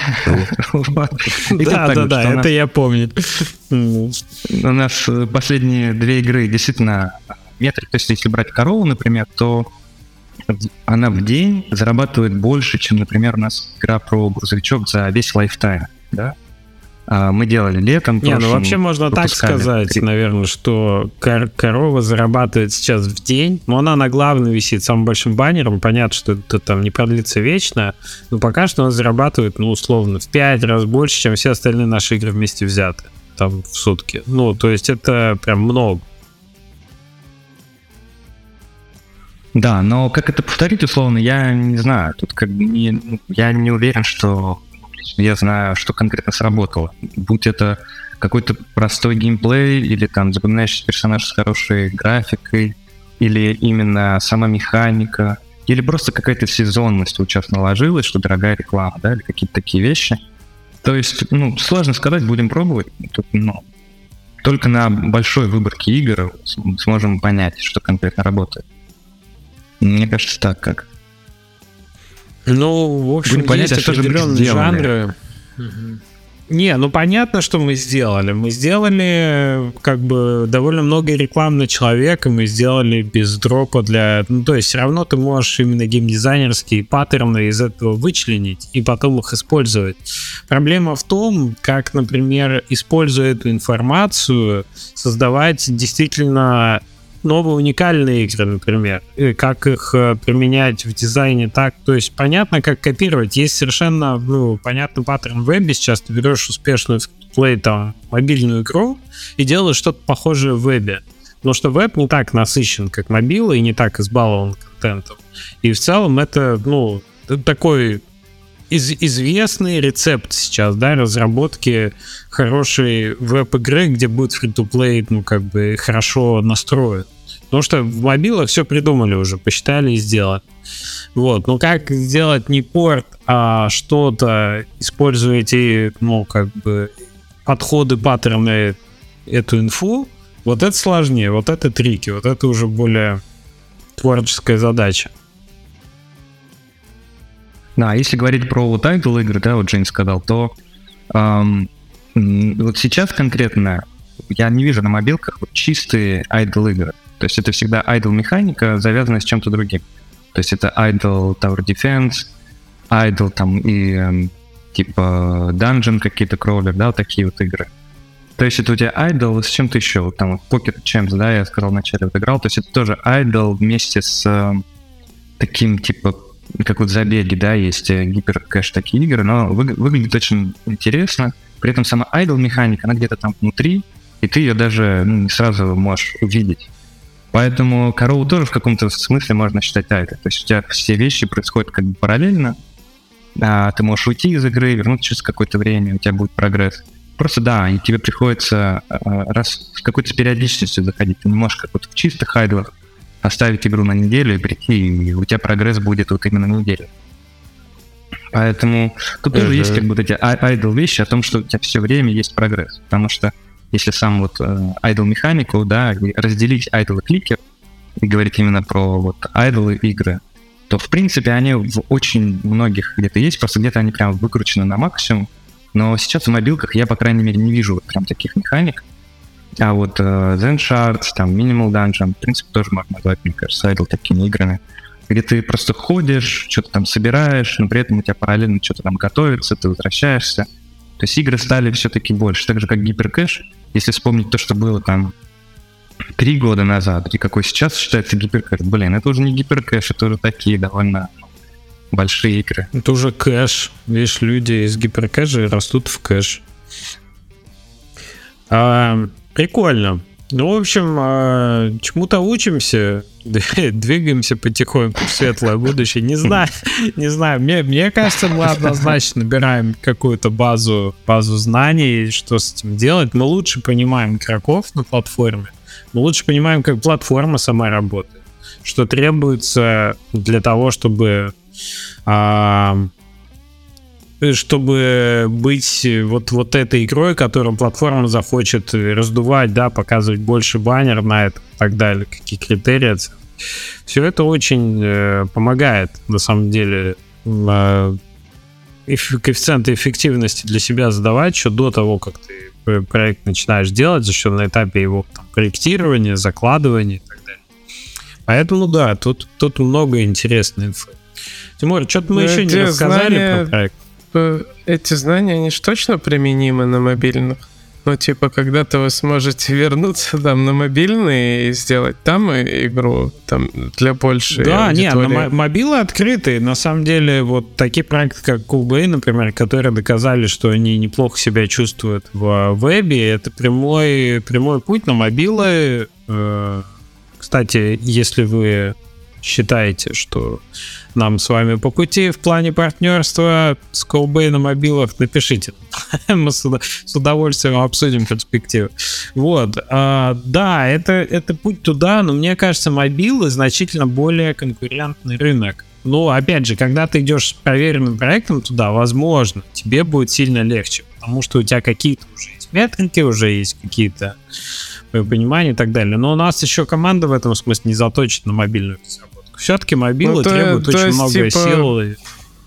Да, да, да, это я помню. У нас последние две игры действительно метрик. То есть, если брать корову, например, то она в день зарабатывает больше, чем, например, у нас игра про грузовичок за весь лайфтайм, да? Мы делали летом. Не, ну вообще можно так сказать, наверное, что кор- корова зарабатывает сейчас в день, но она на главной висит самым большим баннером. Понятно, что это там не продлится вечно, но пока что она зарабатывает, ну, условно, в пять раз больше, чем все остальные наши игры вместе взяты там в сутки. Ну, то есть это прям много. Да, но как это повторить, условно, я не знаю. Тут как бы не, я не уверен, что я знаю, что конкретно сработало. Будь это какой-то простой геймплей, или там запоминающийся персонаж с хорошей графикой, или именно сама механика, или просто какая-то сезонность вот сейчас наложилась, что дорогая реклама, да, или какие-то такие вещи. То есть, ну, сложно сказать, будем пробовать. Тут, ну, только на большой выборке игр сможем понять, что конкретно работает. Мне кажется, так как. Ну, в общем, понять, есть а определенные жанры. Не, ну понятно, что мы сделали. Мы сделали как бы довольно много рекламы на человека, мы сделали без дропа для... Ну, то есть все равно ты можешь именно геймдизайнерские паттерны из этого вычленить и потом их использовать. Проблема в том, как, например, используя эту информацию, создавать действительно новые уникальные игры, например, и как их применять в дизайне так, то есть понятно, как копировать, есть совершенно, ну, понятный паттерн в вебе, сейчас ты берешь успешную плей, там, мобильную игру и делаешь что-то похожее в вебе, потому что веб не так насыщен, как мобила, и не так избалован контентом, и в целом это, ну, такой из- известный рецепт сейчас, да, разработки хорошей веб-игры, где будет free-to-play, ну, как бы хорошо настроен. Потому что в мобилах все придумали уже, посчитали и сделали. Вот, но как сделать не порт, а что-то, используя эти, ну, как бы, подходы, паттерны, эту инфу, вот это сложнее, вот это трики, вот это уже более творческая задача. Да, если говорить про вот idle игры, да, вот Жень сказал, то эм, вот сейчас конкретно я не вижу на мобилках вот чистые idle игры. То есть это всегда idle механика, завязанная с чем-то другим. То есть это idle tower defense, idle там и эм, типа dungeon какие-то кроулер, да, вот такие вот игры. То есть это у тебя idle с чем-то еще. Вот там вот Pocket Champs, да, я сказал вначале, вот играл. То есть это тоже idle вместе с э, таким типа, как вот забеги, да, есть гиперкэш такие игры, но вы, выглядит очень интересно. При этом сама idle механика, она где-то там внутри, и ты ее даже, ну, не сразу можешь увидеть. Поэтому корову тоже в каком-то смысле можно считать idle. То есть у тебя все вещи происходят как бы параллельно, а ты можешь уйти из игры, вернуться через какое-то время, у тебя будет прогресс. Просто да, и тебе приходится раз с какой-то периодичностью заходить. Ты не можешь как вот в чистых айдлах оставить игру на неделю и прийти, и у тебя прогресс будет вот именно на неделю. Поэтому тут тоже есть как бы вот эти айдл вещи о том, что у тебя все время есть прогресс. Потому что если сам вот айдл механику, да, разделить айдл и кликер и говорить именно про вот айдл игры, то в принципе они в очень многих где-то есть, просто где-то они прям выкручены на максимум. Но сейчас в мобилках я, по крайней мере, не вижу вот прям таких механик. А вот uh, Zen Shards, там, Minimal Dungeon, в принципе, тоже можно назвать, мне кажется, idle такими играми, где ты просто ходишь, что-то там собираешь, но при этом у тебя параллельно что-то там готовится, ты возвращаешься. То есть игры стали все-таки больше. Так же, как гиперкэш, если вспомнить то, что было там три года назад, и какой сейчас считается гиперкэш, блин, это уже не гиперкэш, это уже такие довольно большие игры. Это уже кэш. Видишь, люди из гиперкэша растут в кэш. А, прикольно. Ну, в общем, а, чему-то учимся, двигаемся потихоньку в светлое будущее. Не знаю, не знаю. Мне, мне кажется, мы однозначно набираем какую-то базу, базу знаний, что с этим делать. Мы лучше понимаем игроков на платформе. Мы лучше понимаем, как платформа сама работает. Что требуется для того, чтобы... А, чтобы быть вот, вот этой игрой, которую платформа захочет раздувать, да, показывать больше баннеров на это и так далее, какие критерии. Все это очень э, помогает, на самом деле, э, эф- коэффициенты эффективности для себя задавать еще до того, как ты проект начинаешь делать, еще на этапе его там, проектирования, закладывания и так далее. Поэтому, да, тут, тут много интересной инфы. Тимур, что-то мы Но еще не рассказали знания, про проект. Эти знания, они же точно применимы на мобильных? Ну, типа, когда-то вы сможете вернуться там на мобильный и сделать там игру там для большей да, аудитории. Да, нет, мобилы открытые. На самом деле, вот такие проекты, как Coolblade, например, которые доказали, что они неплохо себя чувствуют в вебе, это прямой, прямой путь на мобилы. Кстати, если вы считаете, что нам с вами по пути в плане партнерства с Coolblade на мобилах, напишите. Мы с удовольствием обсудим перспективы. Вот. А, да, это, это путь туда, но мне кажется, мобилы значительно более конкурентный рынок. Но, опять же, когда ты идешь с проверенным проектом туда, возможно, тебе будет сильно легче, потому что у тебя какие-то уже есть метрики, уже есть какие-то понимания и так далее. Но у нас еще команда в этом смысле не заточена на мобильную разработку. Все-таки мобилы ну, требуют то, очень то много типа, сил.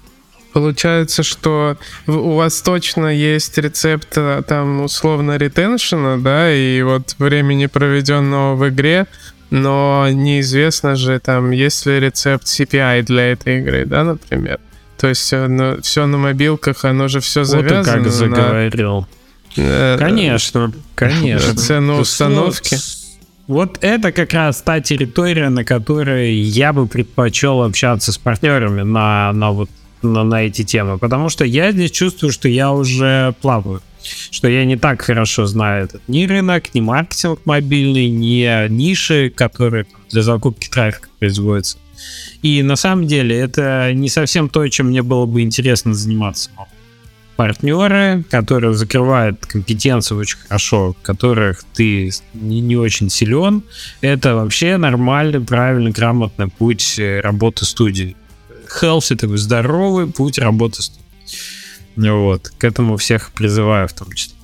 Получается, что у вас точно есть рецепт там условно ретеншена, да, и вот времени, проведенного в игре, но неизвестно же, там, есть ли рецепт си пи ай для этой игры, да, например. То есть оно, все на мобилках, оно же все завязано. Вот ты как заговорил. На... Конечно, конечно. Цену установки. Вот это как раз та территория, на которой я бы предпочел общаться с партнерами на, на, вот, на, на эти темы. Потому что я здесь чувствую, что я уже плаваю. Что я не так хорошо знаю этот ни рынок, ни маркетинг мобильный, ни ниши, которые для закупки трафика производятся. И на самом деле это не совсем то, чем мне было бы интересно заниматься. Партнеры, которые закрывают компетенции очень хорошо, в которых ты не, не очень силен, это вообще нормальный, правильный, грамотный путь работы студии. Healthy, такой здоровый путь работы студии. Вот, к этому всех призываю в том числе.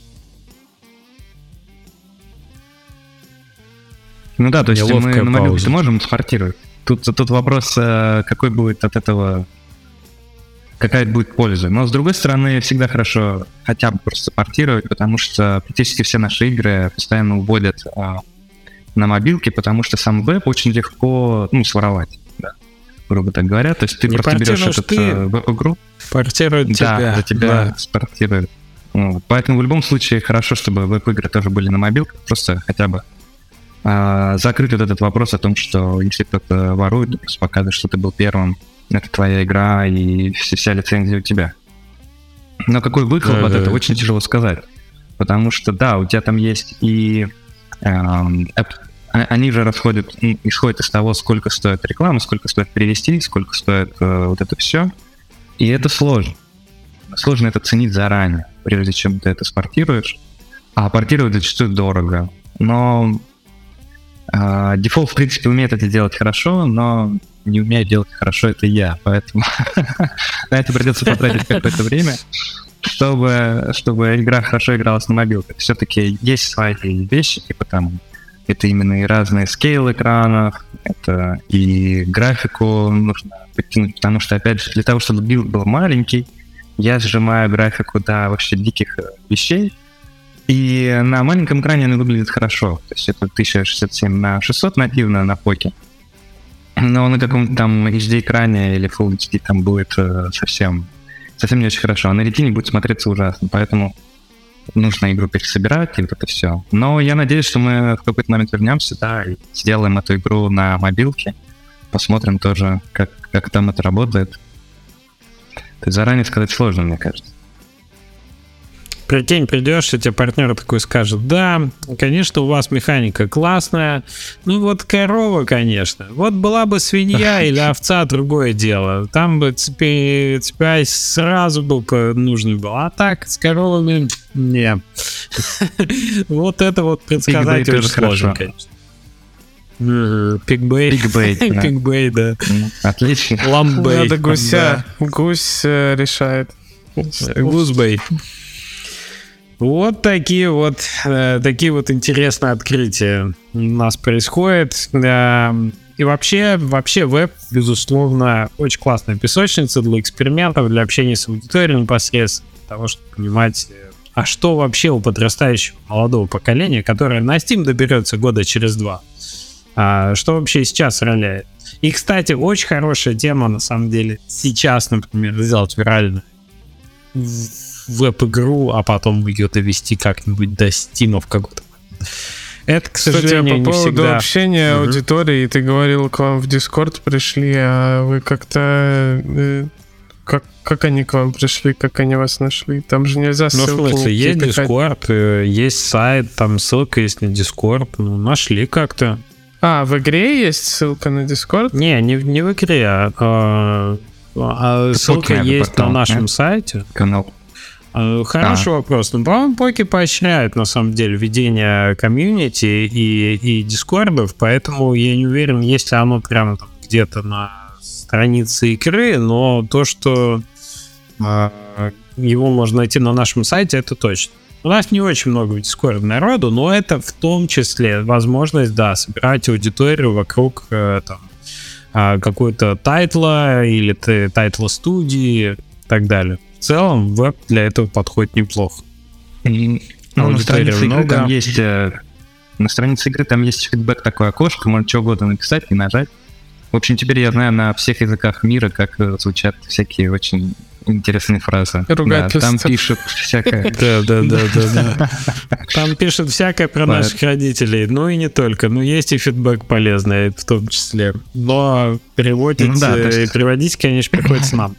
Ну да, то есть мы на мобилке можем спортировать. Тут, тут вопрос, какой будет от этого, какая будет польза. Но с другой стороны, всегда хорошо хотя бы просто спортировать, потому что практически все наши игры постоянно уводят а, на мобилке, потому что сам веб очень легко, ну, своровать, да, грубо так говоря. То есть ты не просто берешь эту веб-игру, портирует тебя. Да, за тебя да. спортирует. Ну, поэтому в любом случае хорошо, чтобы веб-игры тоже были на мобилках, просто хотя бы а, закрыть вот этот вопрос о том, что если кто-то ворует, то просто показывает, что ты был первым, это твоя игра и вся лицензия у тебя. Но какой выхлоп от этого, очень тяжело сказать. Потому что, да, у тебя там есть и... Э, они же расходят, исходят из того, сколько стоит реклама, сколько стоит перевести, сколько стоит э, вот это все. И это сложно. Сложно это ценить заранее, прежде чем ты это спортируешь. А портировать зачастую дорого. Но э, дефолт, в принципе, умеет это делать хорошо, но не умею делать хорошо, это я. Поэтому на это придется потратить какое-то время, чтобы, чтобы игра хорошо игралась на мобилках. Все-таки есть свои вещи, типа там, это именно и разные скейл экранов, это и графику нужно подтянуть, потому что, опять же, для того, чтобы билд был маленький, я сжимаю графику до вообще диких вещей, и на маленьком экране она выглядит хорошо. То есть это тысяча шестьдесят семь на шестьсот нативно на поке. Но на каком-то там эйч ди-экране или Full эйч ди там будет э, совсем, совсем не очень хорошо. А на ретине будет смотреться ужасно. Поэтому нужно игру пересобирать и вот это все. Но я надеюсь, что мы в какой-то момент вернемся, да, и сделаем эту игру на мобилке. Посмотрим тоже, как, как там это работает. То есть заранее сказать сложно, мне кажется. Прикинь, придешь, и тебе партнер такой скажет: да, конечно, у вас механика классная, ну вот корова, конечно, вот была бы свинья или овца, другое дело, там бы цепи, цепи сразу был нужный был, а так с коровами не. Вот это вот предсказать очень сложно, конечно. Пикбей. Пикбей, да. Отлично. Ламбей. Надо гуся, гусь решает. Гусбей. Вот такие вот, э, такие вот интересные открытия у нас происходят. Э, и вообще, вообще веб, безусловно, очень классная песочница для экспериментов, для общения с аудиторией непосредственно, для того, чтобы понимать, а что вообще у подрастающего молодого поколения, которое на Steam доберется года через два, а, что вообще сейчас роляет. И, кстати, очень хорошая тема, на самом деле, сейчас, например, сделать вирально веб-игру, а потом ее довести как-нибудь до Steam в какой-то. Это, к сожалению, Кстати, по поводу всегда... общения угу. аудитории, ты говорил, к вам в Discord пришли, а вы как-то... Как, как они к вам пришли, как они вас нашли? Там же нельзя ссылки... Ну, в смысле, есть Discord, есть сайт, там ссылка есть на Discord, ну, нашли как-то. А, в игре есть ссылка на Discord? Не, не, не в игре, а, а ссылка есть портал, на нашем нет? сайте. Канал. Хороший а. вопрос. Ну, по-моему, Поки поощряет, на самом деле, ведение комьюнити и, и дискордов, поэтому я не уверен, есть ли оно прямо там где-то на странице игры, но то, что э, его можно найти на нашем сайте, это точно. У нас не очень много в дискорде народу, но это в том числе возможность, да, собирать аудиторию вокруг э, там, а, какой-то тайтла или ты тайтла студии и так далее. В целом веб для этого подходит неплохо. И, ну, на странице игры там есть на странице игры там есть фидбэк, такое окошко, можно что угодно написать и нажать. В общем, теперь я знаю на всех языках мира, как звучат всякие очень интересные фразы. Да, там пишут всякое. Да, да, да, да. Там пишут всякое про наших родителей. Ну и не только. Ну, есть и фидбэк полезный в том числе. Но переводить и переводить, конечно, приходится нам.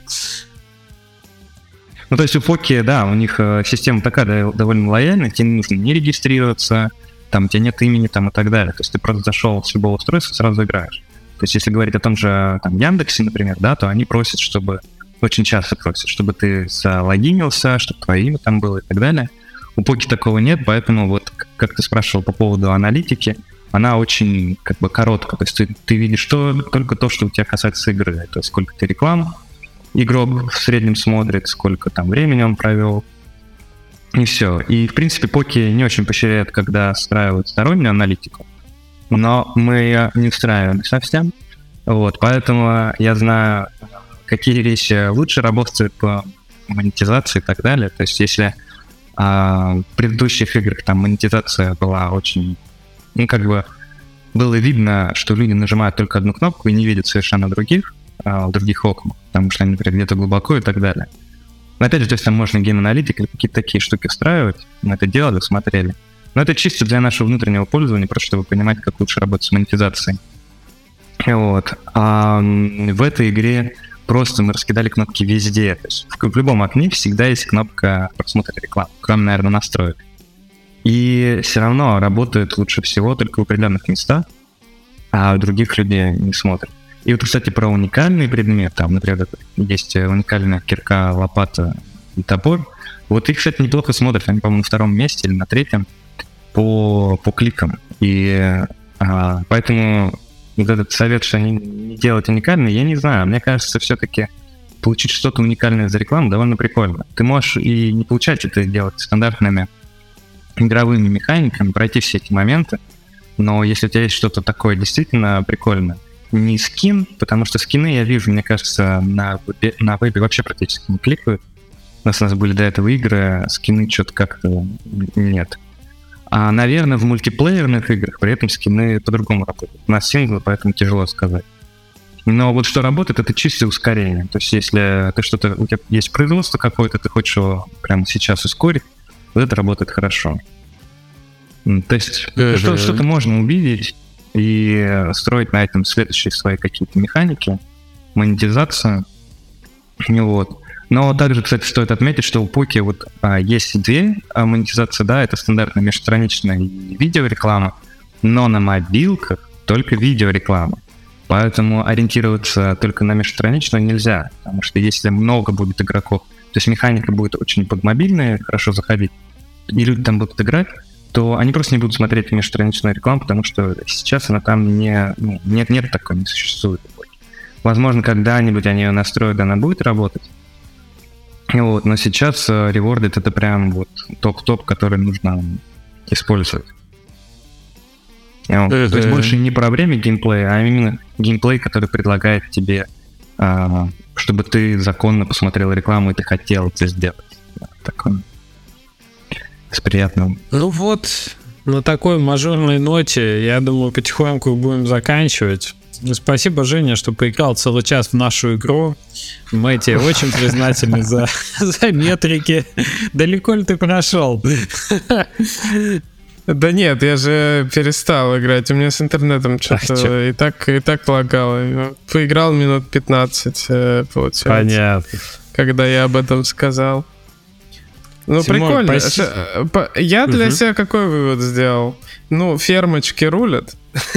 Ну, то есть у Поки, да, у них система такая довольно лояльная, тебе не нужно не регистрироваться, там, у тебя нет имени там и так далее. То есть ты просто зашел с любого устройства, сразу играешь. То есть если говорить о том же там, Яндексе, например, да, то они просят, чтобы, очень часто просят, чтобы ты залогинился, чтобы твое имя там было и так далее. У Поки такого нет, поэтому вот, как ты спрашивал по поводу аналитики, она очень как бы короткая. То есть ты, ты видишь то, только то, что у тебя касается игры. То есть сколько ты рекламу игрок в среднем смотрит, сколько там времени он провел, и все. И, в принципе, Поки не очень поощряет, когда встраивают стороннюю аналитику, но мы ее не встраиваем совсем. Вот, поэтому я знаю, какие вещи лучше работают по монетизации и так далее. То есть если а, в предыдущих играх там монетизация была очень... Ну, как бы было видно, что люди нажимают только одну кнопку и не видят совершенно других, а, других окон, потому что они, например, где-то глубоко и так далее. Но опять же, то есть там можно гейм-аналитик или какие-то такие штуки встраивать. Мы это делали, смотрели. Но это чисто для нашего внутреннего пользования, просто чтобы понимать, как лучше работать с монетизацией. Вот. А в этой игре просто мы раскидали кнопки везде. То есть в любом окне всегда есть кнопка просмотра рекламы, кроме, наверное, настроек. И все равно работает лучше всего только в определенных местах, а других людей не смотрят. И вот, кстати, про уникальный предмет, там, например, есть уникальная кирка, лопата и топор. Вот их, кстати, неплохо смотрят, они, по-моему, на втором месте или на третьем по, по кликам. И а, поэтому вот этот совет, что они не делают уникальные, я не знаю. Мне кажется, все-таки получить что-то уникальное за рекламу довольно прикольно. Ты можешь и не получать это делать стандартными игровыми механиками, пройти все эти моменты, но если у тебя есть что-то такое действительно прикольное, не скин, потому что скины, я вижу, мне кажется, на вебе, на вебе вообще практически не кликают. У нас, у нас были до этого игры, скины что-то как-то нет. А, наверное, в мультиплеерных играх при этом скины по-другому работают. У нас синглы, поэтому тяжело сказать. Но вот что работает, это чистое ускорение. То есть если ты что-то, у тебя есть производство какое-то, ты хочешь его прямо сейчас ускорить, вот это работает хорошо. То есть uh-huh. что, что-то можно увидеть и строить на этом следующие свои какие-то механики, монетизацию. Вот. Но также, кстати, стоит отметить, что у Поки вот а, есть две а, монетизации, да, это стандартная межстраничная и видеореклама, но на мобилках только видеореклама. Поэтому ориентироваться только на межстраничную нельзя, потому что если много будет игроков, то есть механика будет очень подмобильная, хорошо заходить, и люди там будут играть, то они просто не будут смотреть межстраничную рекламу, потому что сейчас она там не... Ну, нет, нет такой, не существует. Возможно, когда-нибудь они ее настроят, она будет работать. Вот, но сейчас Rewarded это прям вот топ-топ, который нужно использовать. Вот. То есть больше не про время геймплея, а именно геймплей, который предлагает тебе, а, чтобы ты законно посмотрел рекламу и ты хотел это сделать. Такой. С приятным. Ну вот, на такой мажорной ноте, я думаю, потихоньку будем заканчивать. Спасибо, Женя, что поиграл целый час в нашу игру. Мы тебе очень признательны за, за метрики. Далеко ли ты прошел? Да нет, я же перестал играть. У меня с интернетом что-то и так, и так лагало. Поиграл минут пятнадцать, получается. Понятно. Когда я об этом сказал. Ну, Тимур, прикольно. Спасибо. Я для угу. себя какой вывод сделал? Ну, фермочки рулят.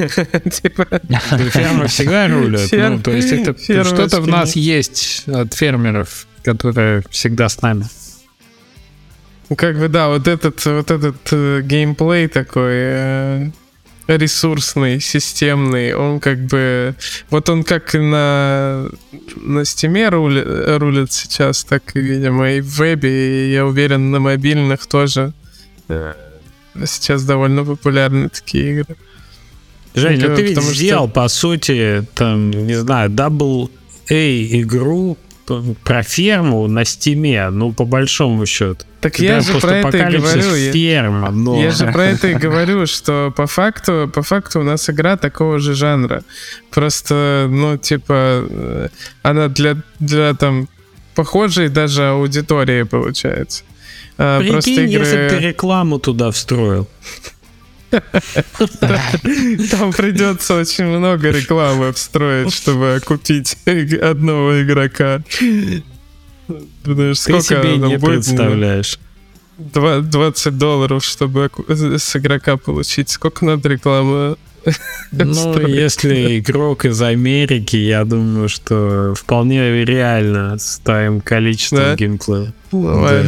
Фермы всегда рулят. Ну, то есть это что-то в нас есть от фермеров, которые всегда с нами. Как бы, да, вот этот, вот этот геймплей такой ресурсный, системный, он как бы... Вот он как на, на Steam рулит, рулит сейчас, так, видимо, и в вебе, и, я уверен, на мобильных тоже. Сейчас довольно популярны такие игры. Жень, ну, ну, ты ведь потому сделал, что... по сути, там, не знаю, дабл эй игру про ферму на стиме, ну, по большому счету. Так я же про это и говорю. Ферма, но... Я же про это и говорю, что по факту, по факту у нас игра такого же жанра. Просто, ну, типа, она для, для там, похожей даже аудитории получается. Прикинь, Просто игры... если ты рекламу туда встроил. Там придется очень много рекламы встроить, чтобы купить одного игрока. Ты себе не представляешь. двадцать долларов, чтобы с игрока получить. Сколько надо рекламы? Ну, если игрок из Америки, я думаю, что вполне реально с твоим количеством да? геймплея. Да.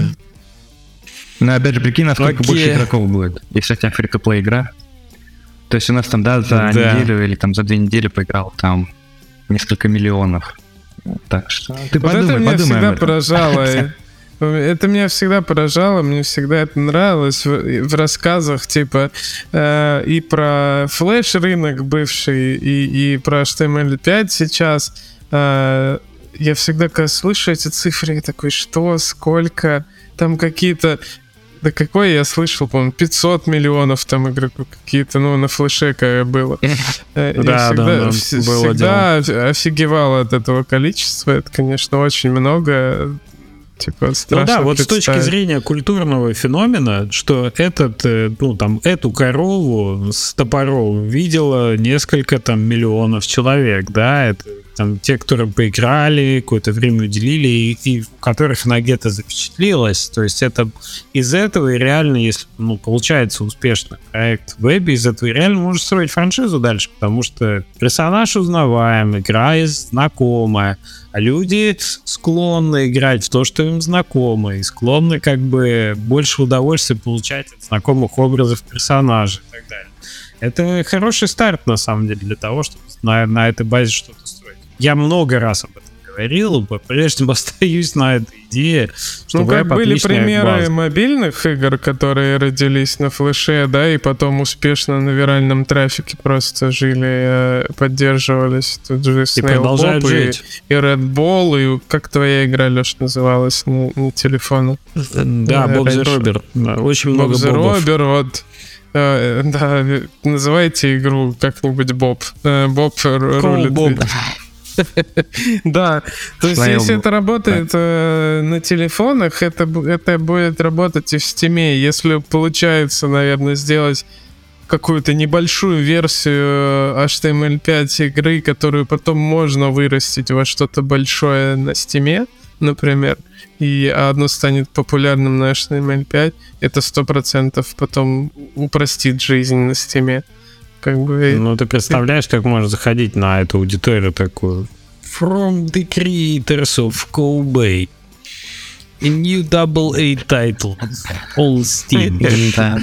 Ну, опять же, прикинь, насколько Окей. больше игроков будет, если у тебя фри-то-плей игра. То есть у нас там, да, за да. неделю или там за две недели поиграл там несколько миллионов. Так что ты вот подумай, это меня подумай всегда об этом. поражало. Это меня всегда поражало, мне всегда это нравилось в, в рассказах, типа, э, и про флеш-рынок бывший, и, и про эйч ти эм эль пять сейчас. Э, я всегда, когда слышу эти цифры, я такой, что, сколько, там какие-то... Да какой я слышал, по-моему, пятьсот миллионов там игроков какие-то, ну, на флеше какое было. Я Да, всегда, да, да, вс- было всегда офигевал от этого количества. Это, конечно, очень много. Типа, страшно Ну да, вот с представить. точки зрения культурного феномена, что этот, э, ну там, эту корову с топором видела несколько там миллионов человек, да, это там те, которые поиграли, какое-то время уделили, и, и у которых на где-то запечатлилось, то есть это из этого и реально, если, ну, получается успешный проект в вебе, из этого и реально можно строить франшизу дальше, потому что персонаж узнаваем, игра знакомая, а люди склонны играть в то, что им знакомо, и склонны как бы больше удовольствия получать от знакомых образов персонажей и так далее. Это хороший старт, на самом деле, для того, чтобы на, на этой базе что-то строить. Я много раз об этом говорил, по-прежнему остаюсь на этой идее, что ну, как веб были отличная примеры база. мобильных игр, которые родились на флеше, да, и потом успешно на виральном трафике просто жили, э, поддерживались. Тут же И Snail продолжают Bob, жить. и, и Red Ball, и как твоя игра, Леш, называлась на, на телефону? Да, Боб раньше. the Робер. Да, очень Боб много the бобов. Robber, вот. Э, да, называйте игру как-нибудь Боб. Э, Боб р- рулит. Боб. Да, то есть Snail если Bob. это работает э, на телефонах, это, бу- это будет работать и в Steam. Если получается, наверное, сделать какую-то небольшую версию эйч ти эм эль пять игры, которую потом можно вырастить во что-то большое на Steam, например, и одно станет популярным на эйч ти эм эль пять, это сто процентов потом упростит жизнь на Steam. Как бы... Ну, ты представляешь, как можно заходить на эту аудиторию такую? From the creators of Koubei. A new double A title. All Steam. Да.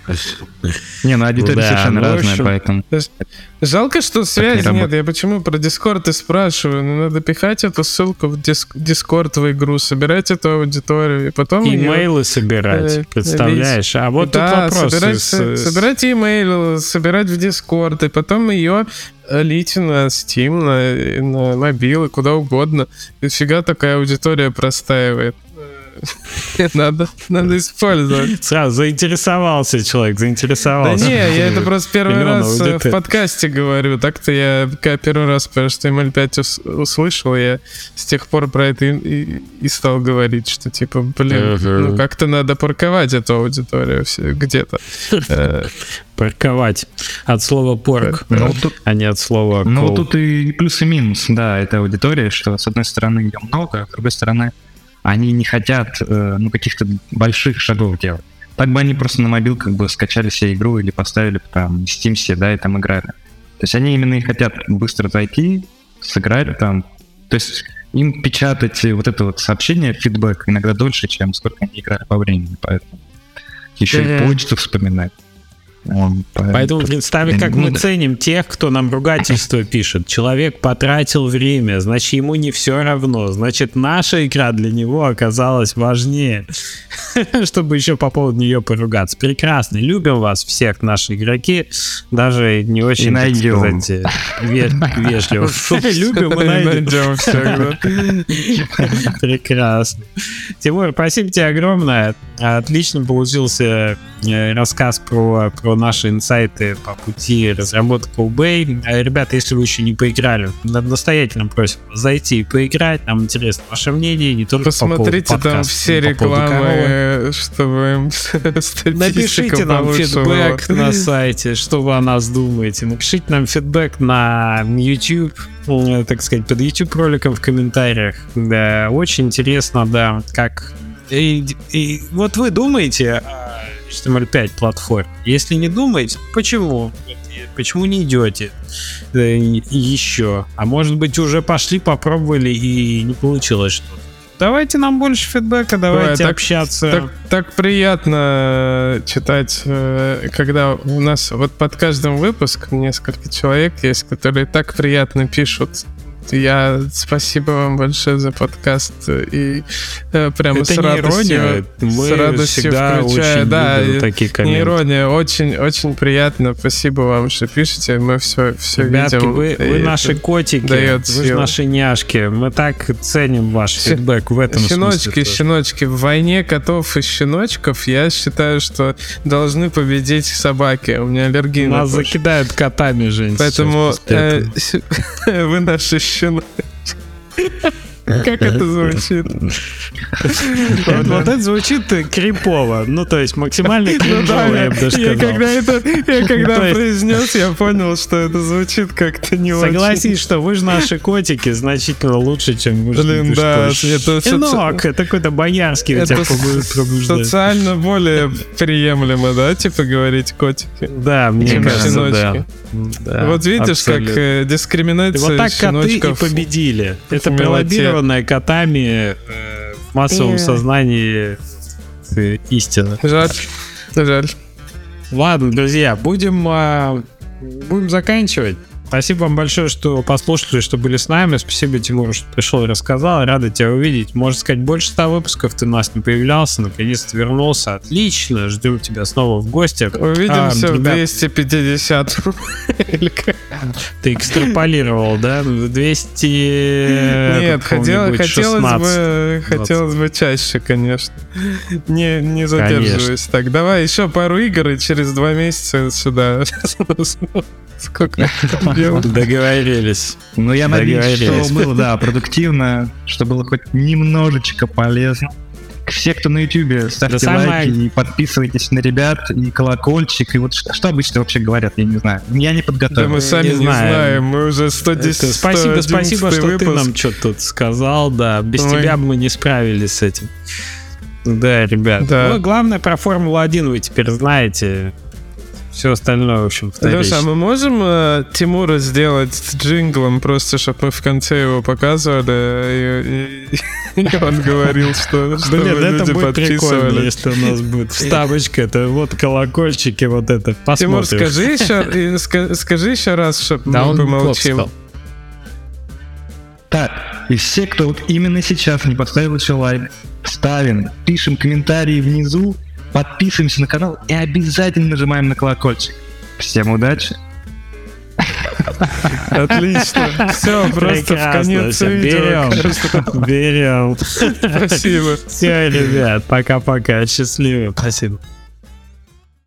Не, ну аудитория Да, совершенно ну, в разная, общем, поэтому... Жалко, что связи не нет. работает. Я почему про Discord и спрашиваю. Ну, надо пихать эту ссылку в диск- Discord в игру, собирать эту аудиторию, и потом... её- Имейлы собирать, э, представляешь? А вот да, тут вопрос. собирать, с- с- собирать имейл, собирать в Discord, и потом ее лить на Steam, на, на мобилы, куда угодно. И фига такая аудитория простаивает. Надо, надо использовать. Сразу заинтересовался человек, Да заинтересовался. не, я это просто первый Миллион раз э, в аудитории. подкасте говорю. Так-то я, когда первый раз про эйч ти эм эль пять ус- услышал, я с тех пор про это и, и- и стал говорить, что типа, блин, Ага. ну как-то надо парковать эту аудиторию все- где-то. Э, Парковать. От слова порк, Ну, тут, а не от слова ну, кол. тут и плюс и минус, да, этой аудитории, что с одной стороны ее много, а с другой стороны они не хотят э, ну, каких-то больших шагов делать. Так бы они просто на мобилках бы скачали себе игру или поставили там в Steam себе, да, и там играли. То есть они именно и хотят быстро зайти, сыграть там. То есть им печатать вот это вот сообщение, фидбэк иногда дольше, чем сколько они играли по времени, поэтому еще Э. и почту вспоминать. Он, Поэтому представь, как мы ценим тех, кто нам ругательство пишет. Человек потратил время, значит, ему не все равно. Значит, наша игра для него оказалась важнее, чтобы еще по поводу нее поругаться. Прекрасно. Любим вас всех, наши игроки. Даже не очень, так сказать, вежливо. Любим и найдем всех. Прекрасно. Тимур, спасибо тебе огромное. Отлично получился рассказ про, про наши инсайты по пути разработки Obey. Ребята, если вы еще не поиграли, настоятельно просим зайти и поиграть. Нам интересно ваше мнение, не только посмотрите по поводу там все рекламы, чтобы напишите нам фидбэк на сайте, что вы о нас думаете. Напишите нам фидбэк на YouTube, так сказать, под YouTube роликом в комментариях. Да, очень интересно, да, как... И, и вот вы думаете о эйч ти эм эль пять платформе. Если не думаете, почему? Почему не идете еще? А может быть, уже пошли, попробовали и не получилось что-то. Давайте нам больше фидбэка, давайте Ой, общаться. Так, так, так приятно читать, когда у нас вот под каждым выпуском несколько человек есть, которые так приятно пишут. Я спасибо вам большое за подкаст и э, прямо это с радостью, Мы с радостью включаю. Да, такие комменты. Не ирония, очень, очень приятно. Спасибо вам, что пишете. Мы все, все Ребятки, видим. Вы, вы наши котики, вы же наши няшки. Мы так ценим ваш Щ... фидбэк в этом щеночки, смысле. Щеночки, щеночки. В войне котов и щеночков я считаю, что должны победить собаки. У меня аллергия на Нас закидают котами, Жень. Поэтому э, вы наши щеночки. Как это звучит? Вот, вот это звучит крипово. Ну, то есть максимально крипово, я бы даже сказал. Я когда, это, я когда ну, произнес, я понял, что это звучит как-то не очень. Согласись, что вы же наши котики значительно лучше, чем вы. Блин, да. Это щенок, это какой-то боярский у тебя пробуждает. Социально более приемлемо, да, типа говорить котики? Да, мне кажется, да. Да, вот видишь, абсолютно. Как дискриминация вот так щеночков коты и победили. Это пролоббированная котами э, в массовом сознании э, истина. Жаль, жаль. Ладно, друзья, будем, э, будем заканчивать. Спасибо вам большое, что послушали, что были с нами. Спасибо, Тимур, что пришел и рассказал. Рада тебя увидеть. Можно сказать, больше ста выпусков ты у нас не появлялся. Наконец-то вернулся. Отлично. Ждем тебя снова в гостях. Увидимся а, в двести пятьдесят. Ты экстраполировал, да? двести... Нет, хотелось, хотелось, бы, хотелось бы чаще, конечно. Не, не задерживаюсь. Конечно. Так, давай еще пару игр, и через два месяца сюда. Сколько договорились. Ну, я надеюсь, что было, да, продуктивно, что было хоть немножечко полезно. Все, кто на Ютубе, ставьте да лайки самое... и подписывайтесь на ребят, и колокольчик, и вот что, что обычно вообще говорят, я не знаю. Я не подготовлен. Да мы сами не, не знаем, мы уже сто десять. Спасибо, спасибо, что выпуск. Ты нам что-то тут сказал, да. Без Ой. тебя мы не справились с этим. Да, ребят. Да. Ну, главное, про Формулу один вы теперь знаете. Все остальное, в общем, вторично. Леша, а мы можем э, Тимура сделать с джинглом, просто чтобы мы в конце его показывали, и, и, и он говорил, что, что Блин, вы люди подписывали. Если у нас будет вставочка, это вот колокольчики, вот это. Посмотрим. Тимур, скажи еще, ска, скажи еще раз, чтобы да, мы помолчим. Так, и все, кто вот именно сейчас не поставил еще лайк, ставим, пишем комментарии внизу, подписываемся на канал и обязательно нажимаем на колокольчик. Всем удачи! Отлично. Все, просто в конец видео. Берем. Берем. Спасибо. Все, ребят, пока-пока. Счастливо. Спасибо.